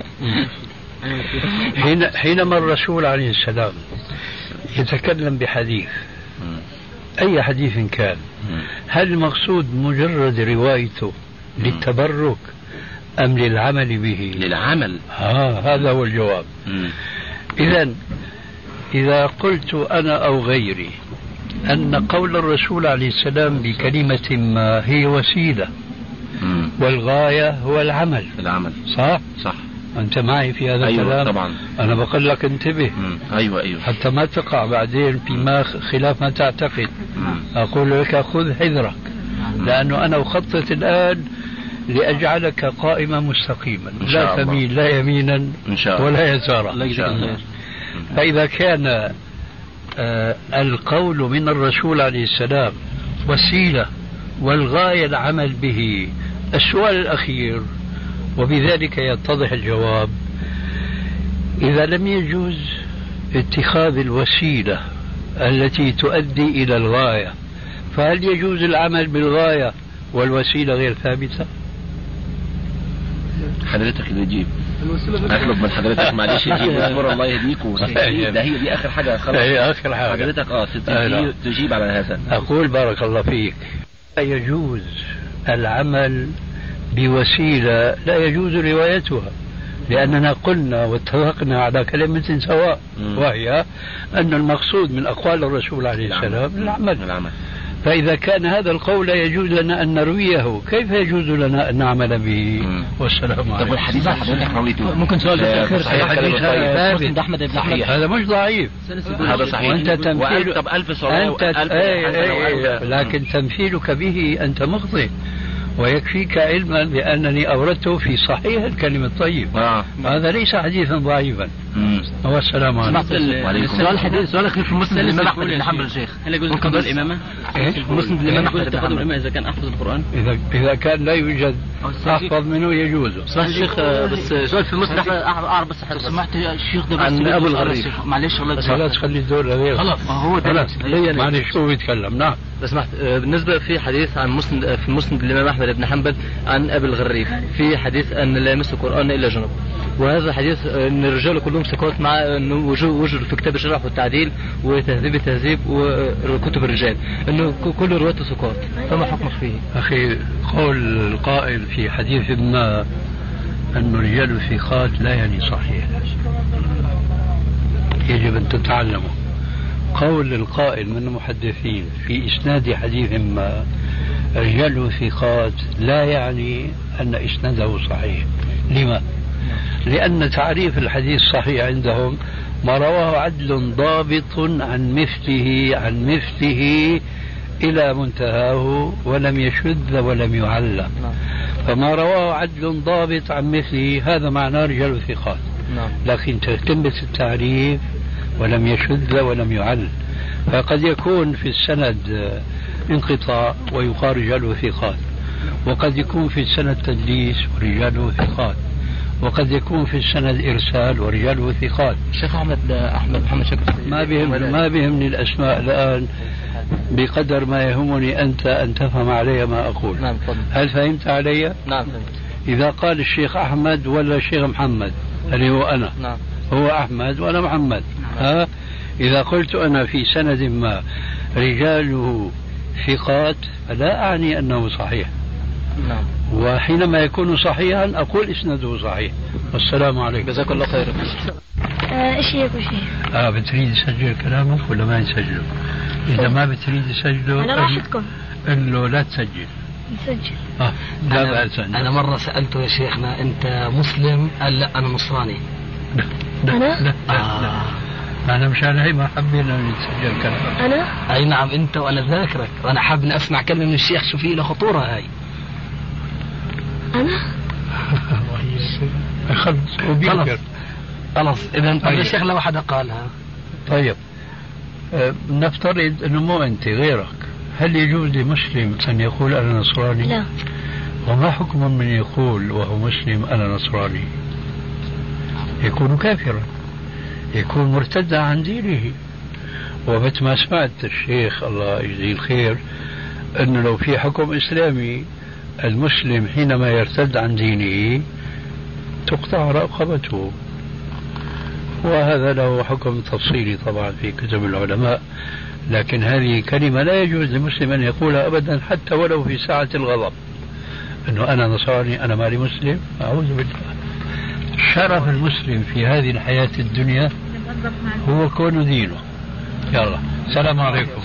حين حينما الرسول عليه السلام يتكلم بحديث أي حديث كان، هل المقصود مجرد روايته للتبرك أم للعمل به؟ للعمل. آه هذا هو الجواب. إذن إذا قلت أنا أو غيري أن قول الرسول عليه السلام بكلمة ما هي وسيلة مم. والغاية هو العمل. العمل. صح؟ صح. أنت معي في هذا أيوة الكلام؟ طبعا. أنا بقول لك انتبه. مم. أيوة أيوة. حتى ما تقع بعدين فيما خلاف ما تعتقد. مم. أقول لك خذ حذرك، لأنه أنا أخطط الآن لأجعلك قائما مستقيما لا تميل لا يمينا إن شاء الله. ولا يسارا. إن شاء الله. فإذا كان آه القول من الرسول عليه السلام وسيلة والغاية العمل به، السؤال الأخير وبذلك يتضح الجواب، إذا لم يجوز اتخاذ الوسيلة التي تؤدي إلى الغاية، فهل يجوز العمل بالغاية والوسيلة غير ثابتة؟ حضرتك اللي تجيب. اطلب من حضرتك معلش تجيب اصبر الله يهديك ده هي دي اخر حاجه خلاص. هي اخر حاجه حضرتك اه تجيب, تجيب على هذا. اقول بارك الله فيك يجوز العمل بوسيله لا يجوز روايتها، لاننا قلنا واتفقنا على كلمه سواء وهي ان المقصود من اقوال الرسول عليه السلام العمل. العمل. فإذا كان هذا القول لا يجوز لنا أن نرويه، كيف يجوز لنا أن نعمل به؟ والسلام عليكم. طب الحديث حضرتك رويته ممكن سؤال أخير؟ حديث مسند أحمد بن حنبل هذا مش ضعيف، هذا صحيح. وأنت تمثيل طب ألف صلاة أنت لكن تمثيلك به أنت مخطئ، ويكفيك علما بأنني أوردته في صحيح الكلمة الطيب. آه. هذا ليس حديثا ضعيفا. والسلام عليكم. سؤال حديث سؤال أخير في مسند الإمام أحمد بن حنبل الشيخ، هل يجوز تقدم الإمامة؟ مسند الإمام أحمد تقدم الإمامة إذا كان أحفظ القرآن؟ إذا إذا كان لا يوجد أحفظ منه يجوز. سمعت الشيخ بس سؤال في مسند أحمد أعرف بس حضرتك سمعت الشيخ ده عن أبو الغريب. معلش الله يسلمك. خلاص خلي الدور غير. خلاص هو ده. معلش شو بيتكلم. نعم. لو سمحت بالنسبة في حديث عن مسند في مسند الإمام أحمد بن حنبل عن أبي الغريف في حديث أن لا يمس القرآن إلا جنب، وهذا حديث أن الرجال كلهم ثقات مع أنه وجد في كتاب الشرح والتعديل وتهذيب التهذيب وكتب الرجال أنه كل رواته ثقات، فما حكمك فيه؟ أخي قول القائل في حديث ما أن الرجال الثقات لا يعني صحيح، يجب أن تتعلموا. قول القائل من المحدثين في إسناد حديث ما رجال ثقات لا يعني أن إسناده صحيح. لما؟ لأن تعريف الحديث صحيح عندهم ما رواه عدل ضابط عن مثله عن مثله إلى منتهاه ولم يشذ ولم يعل. فما رواه عدل ضابط عن مثله هذا معناه رجال ثقات. لكن تلتمس التعريف ولم يشذ ولم يعل، فقد يكون في السند انقطاع ويقال رجاله ثقات، وقد يكون في السند تدليس ورجاله ثقات، وقد يكون في السند إرسال ورجاله ثقات. شيخ أحمد أحمد محمد شكر ما بهم ما بيهمني الأسماء الآن بقدر ما يهمني أنت أن تفهم علي ما أقول. نعم. هل فهمت علي؟ نعم فهمت. إذا قال الشيخ أحمد ولا الشيخ محمد اللي هو أنا. نعم. هو أحمد وأنا محمد. نعم. ها إذا قلت أنا في سند ما رجاله ثقات فلا أعني أنه صحيح. نعم. وحينما يكون صحيحا أقول إسناده صحيح. والسلام عليكم. جزاك الله خير. ايش يا ابو شيخ؟ اه بتريد تسجل كلامك ولا ما نسجله؟ إذا ما بتريد تسجله أنا راحتكم. قل له لا تسجل. نسجل. اه لا بأس. أنا مرة سألته يا شيخنا أنت مسلم؟ قال لا أنا نصراني. لا لا أنا؟ لا, لا, آه. لا. أنا مشان هي ما حبينا نسجل كلامك. أنا؟ أي نعم أنت وأنا ذاكرك، وأنا حابب أسمع كلمة من الشيخ شو فيه له خطورة هاي. أنا؟ خلص خلص خلاص إذا أنت الشيخ لو حدا قالها. طيب أه نفترض أنه مو أنت غيرك، هل يجوز لمسلم أن يقول أنا نصراني؟ لا. وما حكم من يقول وهو مسلم أنا نصراني؟ يكون كافرا، يكون مرتدا عن دينه. ومثل ما سمعت الشيخ الله يجزيه الخير أنه لو في حكم إسلامي المسلم حينما يرتد عن دينه تقطع رقبته، وهذا له حكم تفصيلي طبعا في كتب العلماء، لكن هذه كلمة لا يجوز للمسلم أن يقولها أبدا حتى ولو في ساعة الغضب، أنه أنا نصراني أنا مالي مسلم. أعوذ بالله. شرف المسلم في هذه الحياة الدنيا هو كون دينه. يلا السلام عليكم.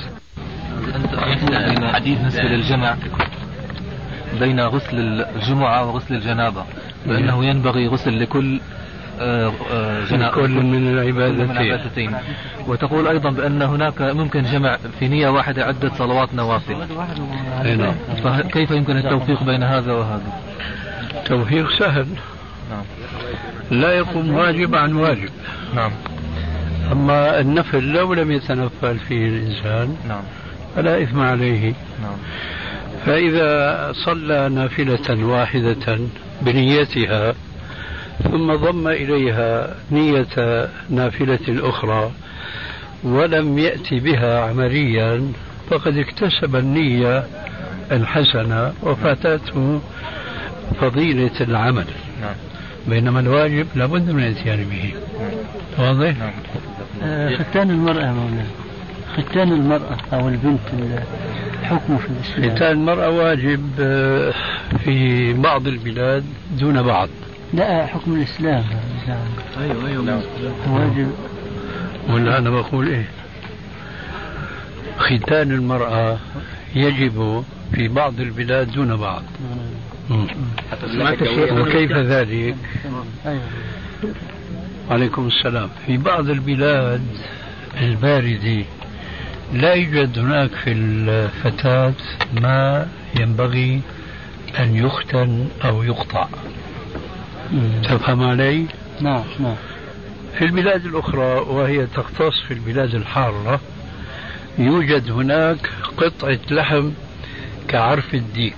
حديث بالنسبة للجمع بين غسل الجمعة وغسل الجنابة بأنه ينبغي غسل لكل جنابة كل من العبادتين، وتقول أيضا بأن هناك ممكن جمع في نية واحدة عدة صلوات نوافل. نعم. فكيف يمكن التوفيق بين هذا وهذا؟ توفيق سهل. نعم. لا يقوم واجب عن واجب. نعم. أما النفل لو لم يتنفل فيه الإنسان نعم فلا إثم عليه. نعم. فإذا صلى نافلة واحدة بنيتها ثم ضم إليها نية نافلة أخرى ولم يأتي بها عمليا فقد اكتسب النية الحسنة وفاتته فضيلة العمل. نعم. بينما الواجب لابد من الاتيان به. واضح؟ نعم. آه ختان المرأة مولانا، ختان المرأة أو البنت حكمه في الإسلام. ختان المرأة واجب في بعض البلاد دون بعض. لا حكم الإسلام. أيوه أيوه واجب. ولا أنا بقول إيه؟ ختان المرأة يجب في بعض البلاد دون بعض. وكيف ذلك؟ عليكم السلام. في بعض البلاد الباردة لا يوجد هناك في الفتاة ما ينبغي أن يختن أو يقطع. تفهم علي؟ نعم نعم. في البلاد الأخرى وهي تختص في البلاد الحارة يوجد هناك قطعة لحم كعرف الديك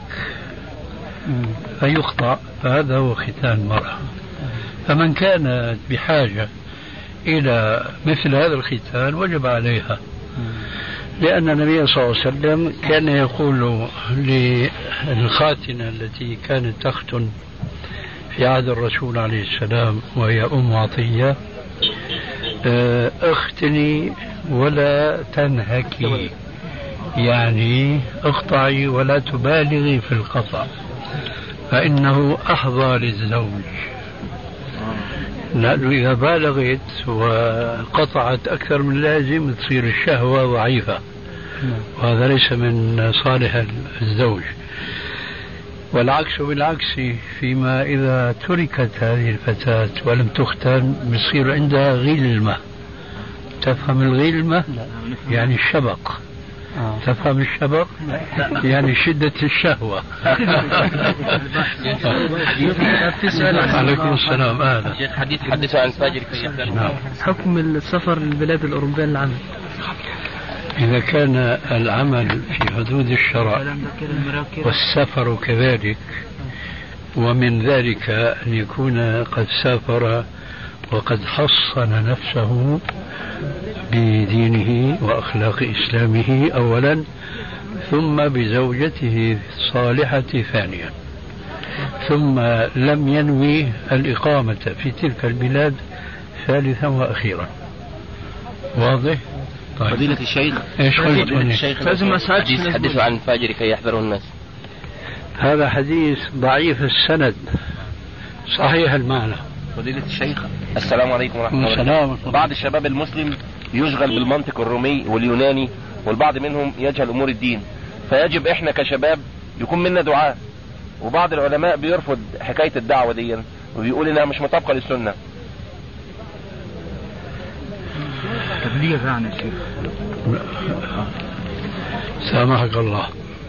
فيقطع، فهذا هو ختان المرأة. فمن كانت بحاجة إلى مثل هذا الختان وجب عليها، لأن النبي صلى الله عليه وسلم كان يقول للخاتنة التي كانت تختن في عهد الرسول عليه السلام وهي أم عطية: اختني ولا تنهكي، يعني اقطعي ولا تبالغي في القطع فإنه أحظى للزوج، لأنه إذا بالغت وقطعت أكثر من اللازم تصير الشهوة ضعيفة، وهذا ليس من صالح الزوج. والعكس بالعكس، فيما إذا تركت هذه الفتاة ولم تختن بصير عندها غلمة. تفهم الغلمة؟ يعني الشبق. آه. تفهم الشبق؟ يعني شدة الشهوة. عليكم السلام. أهلا. حديث حدثوا عن فاجر. نعم. حكم السفر للبلاد الأوروبية للعمل. إذا كان العمل في حدود الشرع والسفر كذلك، ومن ذلك أن يكون قد سافر وقد حصن نفسه بدينه وأخلاق إسلامه أولا، ثم بزوجته الصالحة ثانيا، ثم لم ينوي الإقامة في تلك البلاد ثالثا وأخيرا. واضح؟ طيب. فضيلة الشيخ، ايش فضيلة الشيخ لازم حديث حدثوا عن الفجر كي يحذروا الناس. هذا حديث ضعيف السند صحيح المعنى. فضيلة الشيخ، السلام عليكم ورحمة الله. بعض الشباب المسلم يشغل بالمنطق الرومي واليوناني، والبعض منهم يجهل أمور الدين، فيجب إحنا كشباب يكون منا دعاء. وبعض العلماء بيرفض حكاية الدعوة دي وبيقول إنها مش مطابقة للسنة. تبليغ يعني يا شيخ. سامحك الله.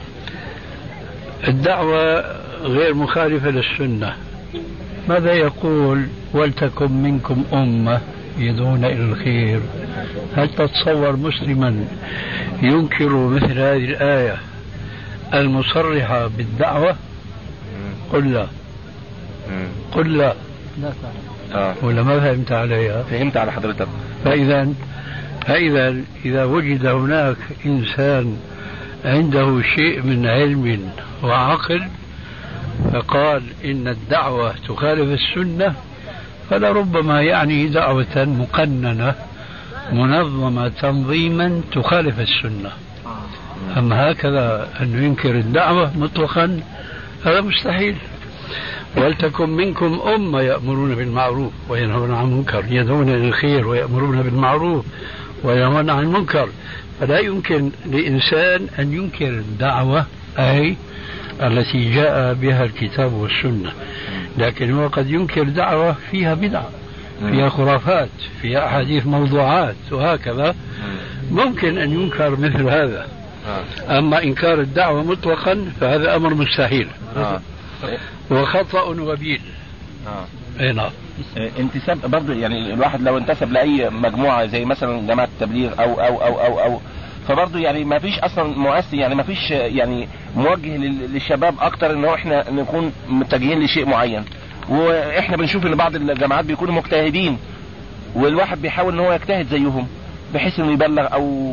الدعوة غير مخالفة للسنة. ماذا يقول؟ ولتكن منكم أمة يدعون إلى الخير. هل تتصور مسلما ينكر مثل هذه الآية المصرحة بالدعوة؟ قل لا. قل لا. آه. ولا ما فهمت عليها؟ فهمت على حضرتك. فإذا فإذا إذا وجد هناك إنسان عنده شيء من علم وعقل فقال إن الدعوة تخالف السنة، فلربما يعني دعوة مقننة منظمة تنظيما تخالف السنة. أما هكذا أن ينكر الدعوة مطلقا هذا مستحيل. ولتكن منكم أمة يأمرون بالمعروف وينهون عن المنكر، يدعون إلى الخير ويأمرون بالمعروف وينهون عن المنكر. فلا يمكن لإنسان أن ينكر الدعوة أي التي جاء بها الكتاب والسنة، لكن هو قد ينكر دعوة فيها بدعة، فيها خرافات، فيها أحاديث موضوعات وهكذا، ممكن أن ينكر مثل هذا. أما إنكار الدعوة مطلقا فهذا أمر مستحيل وخطأ وبيل. اي نعم. انتساب برضه، يعني الواحد لو انتسب لاي مجموعه زي مثلا جماعه التبليغ او او او او او فبرضه يعني ما فيش اصلا مؤسس، يعني ما فيش يعني موجه للشباب اكتر ان هو احنا نكون متجهين لشيء معين. واحنا بنشوف ان بعض الجماعات بيكونوا مجتهدين والواحد بيحاول ان هو يجتهد زيهم بحيث انه يبلغ او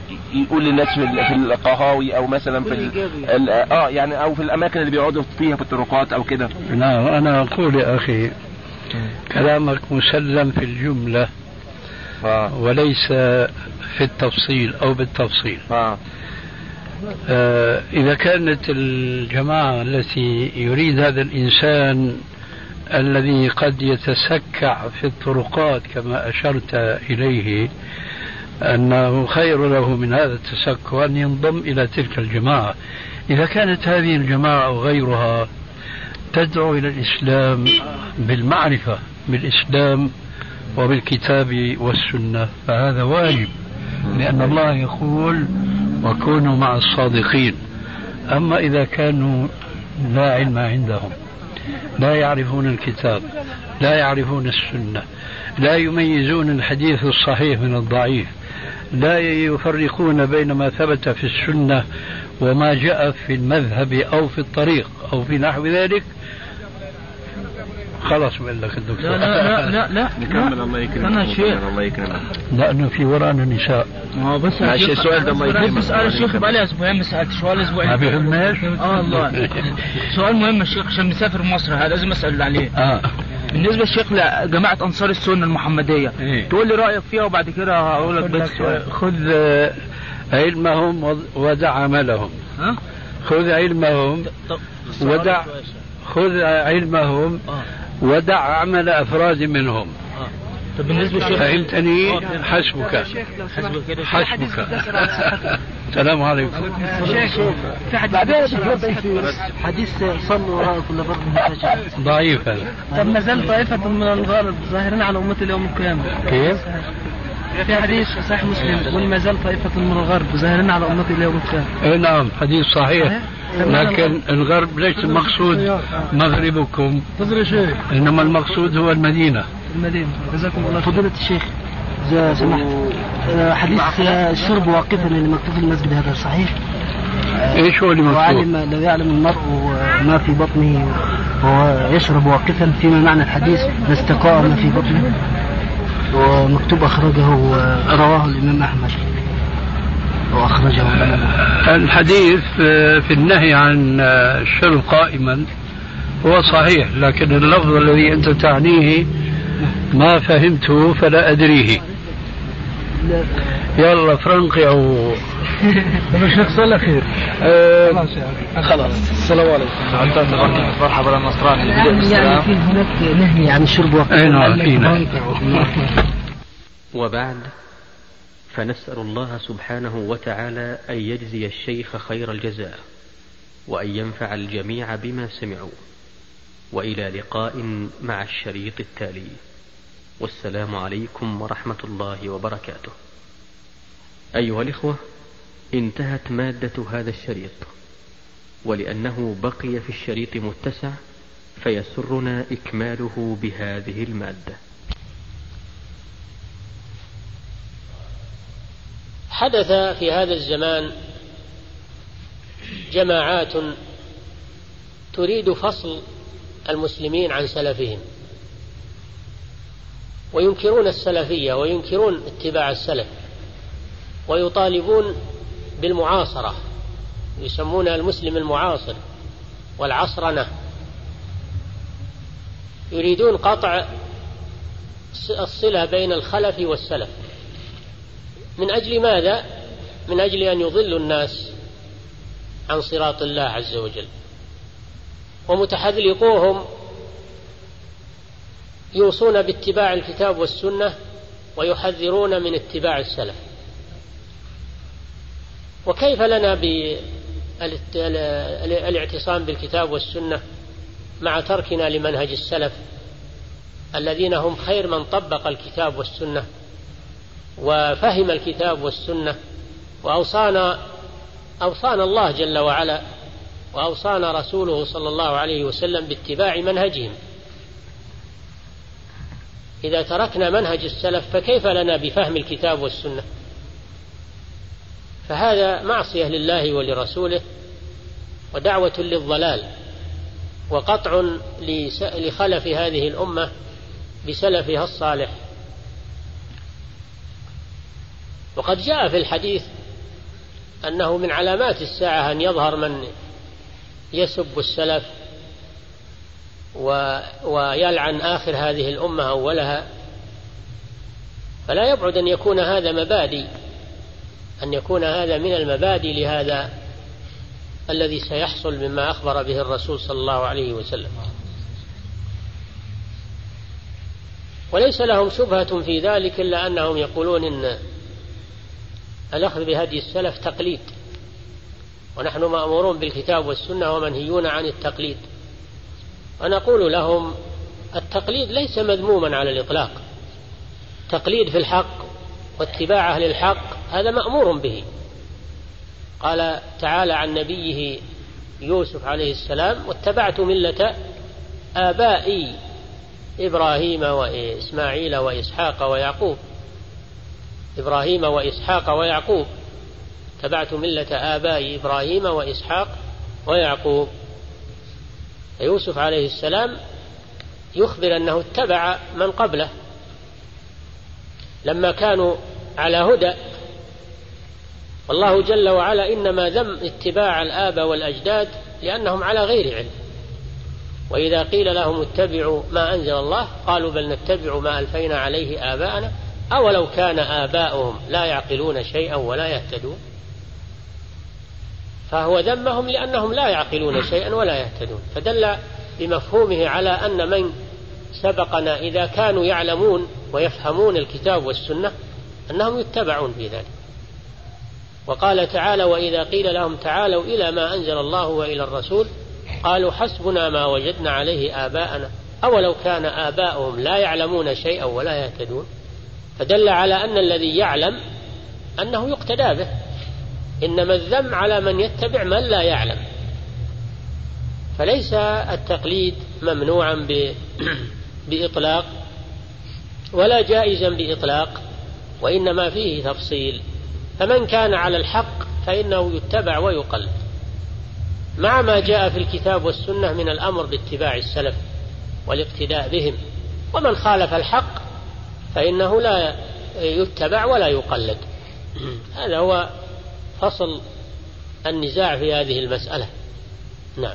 يقول للناس في في القهاوي او مثلا في ال اه يعني او في الاماكن اللي بيقعدوا فيها في الطرقات او كده. نعم انا اقول يا اخي كلامك مسلم في الجملة آه. وليس في التفصيل او بالتفصيل. آه. آه اذا كانت الجماعة التي يريد هذا الانسان الذي قد يتسكع في الطرقات كما أشرت إليه أنه خير له من هذا التسكع أن ينضم إلى تلك الجماعة، إذا كانت هذه الجماعة أو غيرها تدعو إلى الإسلام بالمعرفة بالإسلام وبالكتاب والسنة فهذا واجب، لأن الله يقول وكونوا مع الصادقين. أما إذا كانوا لا علم عندهم، لا يعرفون الكتاب، لا يعرفون السنة، لا يميزون الحديث الصحيح من الضعيف، لا يفرقون بين ما ثبت في السنة وما جاء في المذهب أو في الطريق أو في نحو ذلك، خلاص بقول لك الدكتور. لا لا لا لا نكمل. الله يكرمك. أنا شيخ الله يكرمك. لأنه في ورانا نساء. ما بس السؤال ده ما يكرمك. بسأل الشيخ بقالي أسبوعين ما سألت سؤال أسبوعين. ما بيهمناش. آه والله. سؤال مهم الشيخ عشان مسافر مصر هذا لازم أسأل عليه. آه. بالنسبة الشيخ لجماعة أنصار السنة المحمدية إيه؟ تقول لي رأيك فيها وبعد كده هقول لك بس خذ علمهم ودع عملهم. ها؟ خذ علمهم ودع خذ علمهم ودع عمل أفراد منهم. طب بالنسبة للشيخ فهمتني؟ حسبك حسبك. السلام عليكم. في حديث صلوا وراء كل فرد ضعيف هذا. طب ما زال طائفة من الغالب ظاهرين على أمة اليوم القيامة. كيف؟ في حديث صحيح مسلم وما زال طائفة من الغرب ظاهرين على أمة اليوم القيامة. اي نعم حديث صحيح، لكن الغرب ليس المقصود مغربكم، إنما المقصود هو المدينة. المدينة. جزاكم الله. فضيلة الشيخ إذا سمحت حديث الشرب واقفا اللي مكتوب في المسجد هذا صحيح؟ ايش هو اللي مكتوب؟ وعلم لو يعلم المرء ما في بطنه وهو يشرب واقفا فيما معنى الحديث لاستقاء ما في بطنه، ومكتوب أخرجه رواه الإمام أحمد وأخرجه الحديث في النهي عن الشرب قائما هو صحيح، لكن اللفظ الذي أنت تعنيه ما فهمته فلا أدريه. يلا فرنقي أو مش نقص خير. أه خلاص. السلام عليكم. مرحبا النصراني. يعني في هناك نهي عن الشرب وقت. وبعد، فنسأل الله سبحانه وتعالى أن يجزي الشيخ خير الجزاء وأن ينفع الجميع بما سمعوا، وإلى لقاء مع الشريط التالي، والسلام عليكم ورحمة الله وبركاته. أيها الإخوة، انتهت مادة هذا الشريط، ولأنه بقي في الشريط متسع فيسرنا إكماله بهذه المادة. حدث في هذا الزمان جماعات تريد فصل المسلمين عن سلفهم، وينكرون السلفية وينكرون اتباع السلف، ويطالبون بالمعاصرة، يسمونها المسلم المعاصر والعصرنة. يريدون قطع الصلة بين الخلف والسلف. من أجل ماذا؟ من أجل أن يضلوا الناس عن صراط الله عز وجل. ومتحذلقوهم يوصون باتباع الكتاب والسنة ويحذرون من اتباع السلف. وكيف لنا بالاعتصام بالكتاب والسنة مع تركنا لمنهج السلف الذين هم خير من طبق الكتاب والسنة وفهم الكتاب والسنة، وأوصانا أوصانا الله جل وعلا وأوصانا رسوله صلى الله عليه وسلم باتباع منهجهم. إذا تركنا منهج السلف فكيف لنا بفهم الكتاب والسنة؟ فهذا معصية لله ولرسوله ودعوة للضلال وقطع لخلف هذه الأمة بسلفها الصالح. وقد جاء في الحديث أنه من علامات الساعة أن يظهر من يسب السلف ويلعن آخر هذه الأمة أولها، فلا يبعد أن يكون هذا مبادئ أن يكون هذا من المبادئ لهذا الذي سيحصل مما أخبر به الرسول صلى الله عليه وسلم. وليس لهم شبهة في ذلك إلا أنهم يقولون إن الأخذ بهدي السلف تقليد، ونحن مأمورون بالكتاب والسنة ومنهيون عن التقليد. ونقول لهم التقليد ليس مذموما على الإطلاق، تقليد في الحق واتباع أهل الحق هذا مأمور به. قال تعالى عن نبيه يوسف عليه السلام: واتبعت ملة آبائي إبراهيم وإسماعيل وإسحاق ويعقوب. إبراهيم وإسحاق ويعقوب، اتبعت ملة آبائي إبراهيم وإسحاق ويعقوب. يوسف عليه السلام يخبر أنه اتبع من قبله لما كانوا على هدى، والله جل وعلا إنما ذم اتباع الآباء والأجداد لأنهم على غير علم. وإذا قيل لهم اتبعوا ما أنزل الله قالوا بل نتبع ما ألفينا عليه آباءنا أولو كان آباؤهم لا يعقلون شيئا ولا يهتدون. فهو ذمهم لأنهم لا يعقلون شيئا ولا يهتدون، فدل بمفهومه على أن من سبقنا إذا كانوا يعلمون ويفهمون الكتاب والسنة أنهم يتبعون في ذلك. وقال تعالى: وإذا قيل لهم تعالوا إلى ما أنزل الله وإلى الرسول قالوا حسبنا ما وجدنا عليه آباءنا أولو كان آباؤهم لا يعلمون شيئا ولا يهتدون. فدل على أن الذي يعلم أنه يقتدى به، إنما الذم على من يتبع من لا يعلم. فليس التقليد ممنوعا بإطلاق ولا جائزا بإطلاق، وإنما فيه تفصيل. فمن كان على الحق فإنه يتبع ويقلد مع ما جاء في الكتاب والسنة من الأمر باتباع السلف والاقتداء بهم، ومن خالف الحق فإنه لا يتبع ولا يقلد. هذا هو فصل النزاع في هذه المسألة. نعم.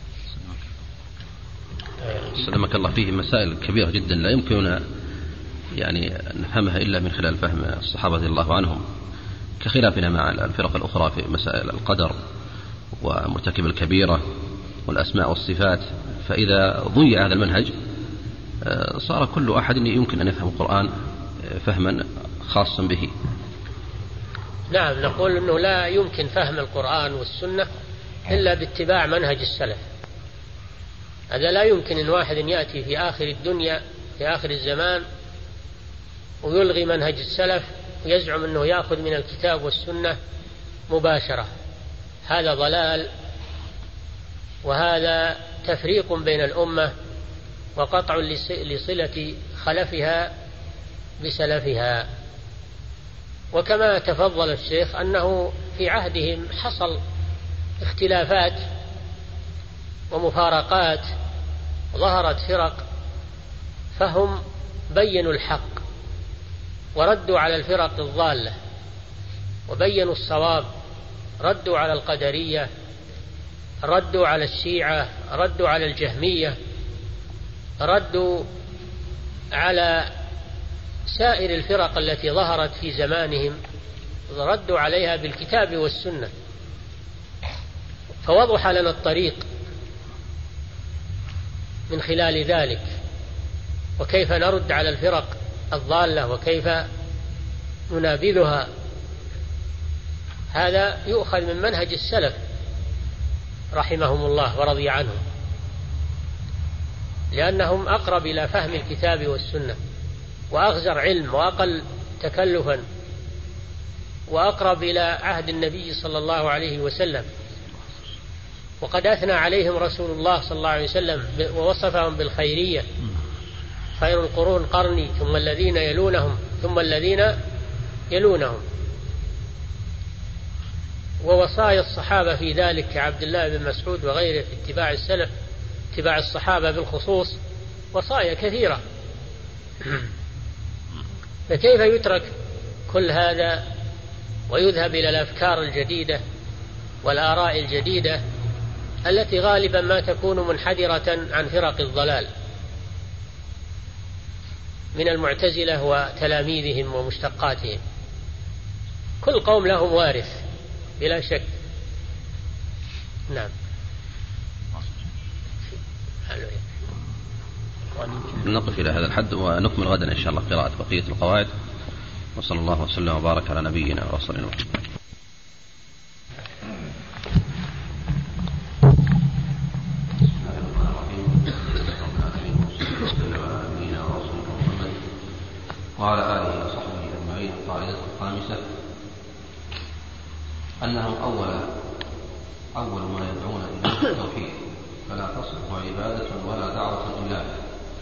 سلمك الله. فيه مسائل كبيرة جدا لا يمكننا يعني نفهمها إلا من خلال فهم الصحابة رضي الله عنهم، كخلافنا مع الفرق الأخرى في مسائل القدر ومرتكب الكبيرة والأسماء والصفات. فإذا ضيع هذا المنهج صار كل أحد يمكن أن يفهم القرآن فهما خاصا به. نعم، نقول أنه لا يمكن فهم القرآن والسنة إلا باتباع منهج السلف. هذا لا يمكن أن واحد يأتي في آخر الدنيا في آخر الزمان ويلغي منهج السلف ويزعم أنه يأخذ من الكتاب والسنة مباشرة. هذا ضلال، وهذا تفريق بين الأمة وقطع لصلة خلفها بسلفها. وكما تفضل الشيخ أنه في عهدهم حصل اختلافات ومفارقات، ظهرت فرق، فهم بينوا الحق وردوا على الفرق الضالة، وبينوا الصواب، ردوا على القدرية، ردوا على الشيعة، ردوا على الجهمية، ردوا على سائر الفرق التي ظهرت في زمانهم، ردوا عليها بالكتاب والسنة. فوضح لنا الطريق من خلال ذلك، وكيف نرد على الفرق الضالة وكيف ننابذها. هذا يؤخذ من منهج السلف رحمهم الله ورضي عنهم، لأنهم أقرب إلى فهم الكتاب والسنة وأغزر علم وأقل تكلفا وأقرب إلى عهد النبي صلى الله عليه وسلم. وقد أثنى عليهم رسول الله صلى الله عليه وسلم ووصفهم بالخيرية: خير القرون قرني ثم الذين يلونهم ثم الذين يلونهم. ووصايا الصحابة في ذلك كعبد الله بن مسعود وغيره في اتباع السلف، اتباع الصحابة بالخصوص، وصايا كثيرة. فكيف يترك كل هذا ويذهب إلى الأفكار الجديدة والآراء الجديدة التي غالبا ما تكون منحدرة عن فرق الضلال من المعتزلة وتلاميذهم ومشتقاتهم. كل قوم لهم وارث بلا شك. نعم. نقف إلى هذا الحد ونكمل غدا إن شاء الله قراءة بقية القواعد. وصلى الله وسلم وبارك على نبينا ورسولنا محمد. وعلى آله وصحبه أجمعين. القاعدة الخامسة أنهم أول أول ما يدعون إليه التوحيد، فلا تصح عبادة ولا دعوة إلا به،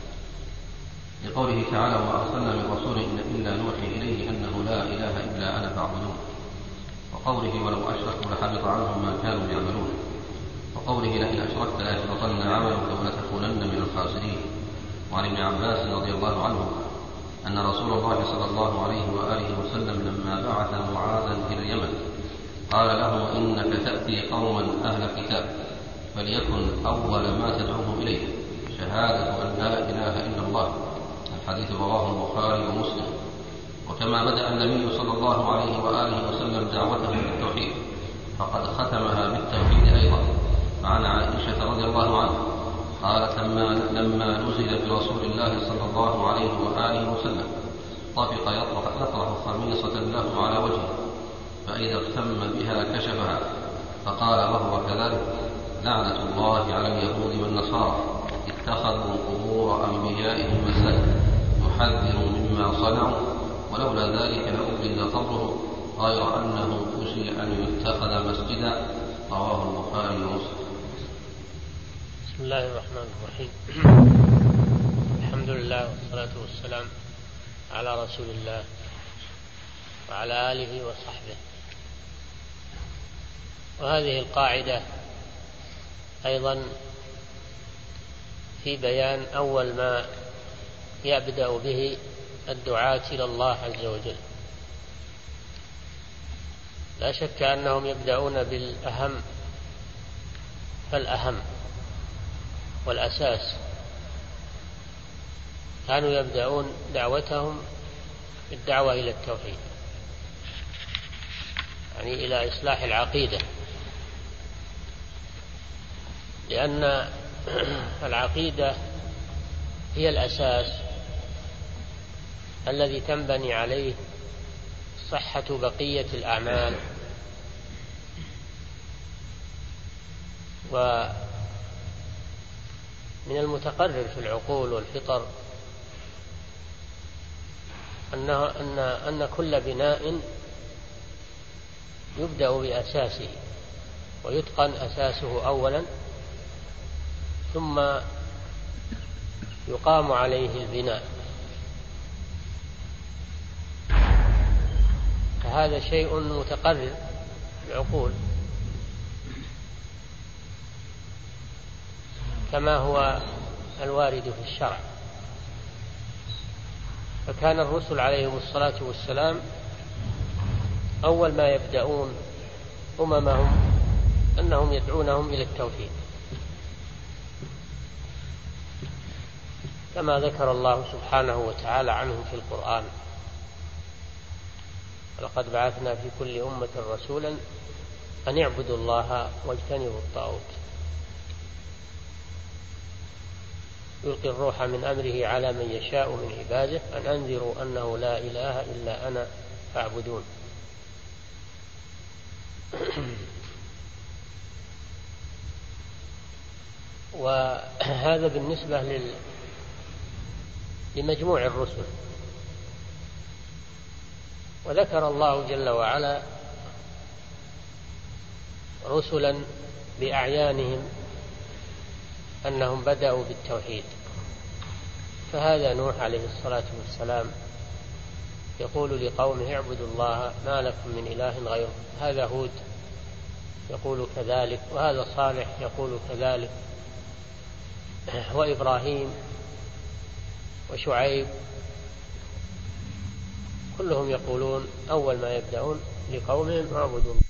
لقوله تعالى: وما أرسلنا من رسول إلا نوحي إليه أنه لا إله إلا أنا فاعبدون، وقوله: ولو أشركوا لحبط عنهم ما كانوا يعملون، وقوله: لئن أشركت ليحبطن عملك ولتكونن من الخاسرين. وعن ابن عباس رضي الله عنه أن رسول الله صلى الله عليه وآله وسلم لما بعث معاذا إلى اليمن قال له: إنك تأتي قوما أهل كتاب، فليكن أول ما تدعوهم إليه شهادة أن لا إله إلا الله. الحديث رواه البخاري ومسلم. وكما بدأ النبي صلى الله عليه وآله وسلم دعوته بالتوحيد فقد ختمها بالتوحيد أيضا. وعن عائشة رضي الله عنها قالت: لما نزل برسول الله صلى الله عليه وآله وسلم طفق يطرح, يطرح خميصة له على وجهه، فإذا اغتم بها كشفها فقال وهو كذلك: لعنة الله على اليهود والنصارى اتخذوا قبور أنبيائهم مساجد، يحذر مما صنعوا، ولولا ذلك لأبرز قبره، غير أنه خشي أن يتخذ مسجدا. رواه البخاري ومسلم. بسم الله الرحمن الرحيم. الحمد لله والصلاة والسلام على رسول الله وعلى آله وصحبه. وهذه القاعدة أيضا في بيان أول ما يبدأ به الدعاة إلى الله عز وجل. لا شك أنهم يبدأون بالأهم فالأهم والأساس. كانوا يبدأون دعوتهم بالدعوة إلى التوحيد، يعني إلى إصلاح العقيدة، لأن العقيدة هي الأساس الذي تنبني عليه صحة بقية الأعمال. ومن المتقرر في العقول والفطر أن, أن, أن كل بناء يبدأ بأساسه ويتقن أساسه أولا، ثم يقام عليه البناء. فهذا شيء متقرر في العقول، كما هو الوارد في الشرع. فكان الرسل عليهم الصلاة والسلام أول ما يبدأون أممهم أنهم يدعونهم إلى التوحيد، كما ذكر الله سبحانه وتعالى عنهم في القرآن: ولقد بعثنا في كل أمة رسولا أن اعبدوا الله واجتنبوا الطاغوت، يلقي الروح من أمره على من يشاء من عباده أن أنذروا أنه لا إله إلا أنا فاعبدون. وهذا بالنسبة لل... لمجموع الرسل. وذكر الله جل وعلا رسلا بأعيانهم أنهم بدأوا بالتوحيد. فهذا نوح عليه الصلاة والسلام يقول لقومه: اعبدوا الله ما لكم من إله غيره. هذا هود يقول كذلك، وهذا صالح يقول كذلك، وإبراهيم وشعيب كلهم يقولون أول ما يبدأون لقومهم اعبدوا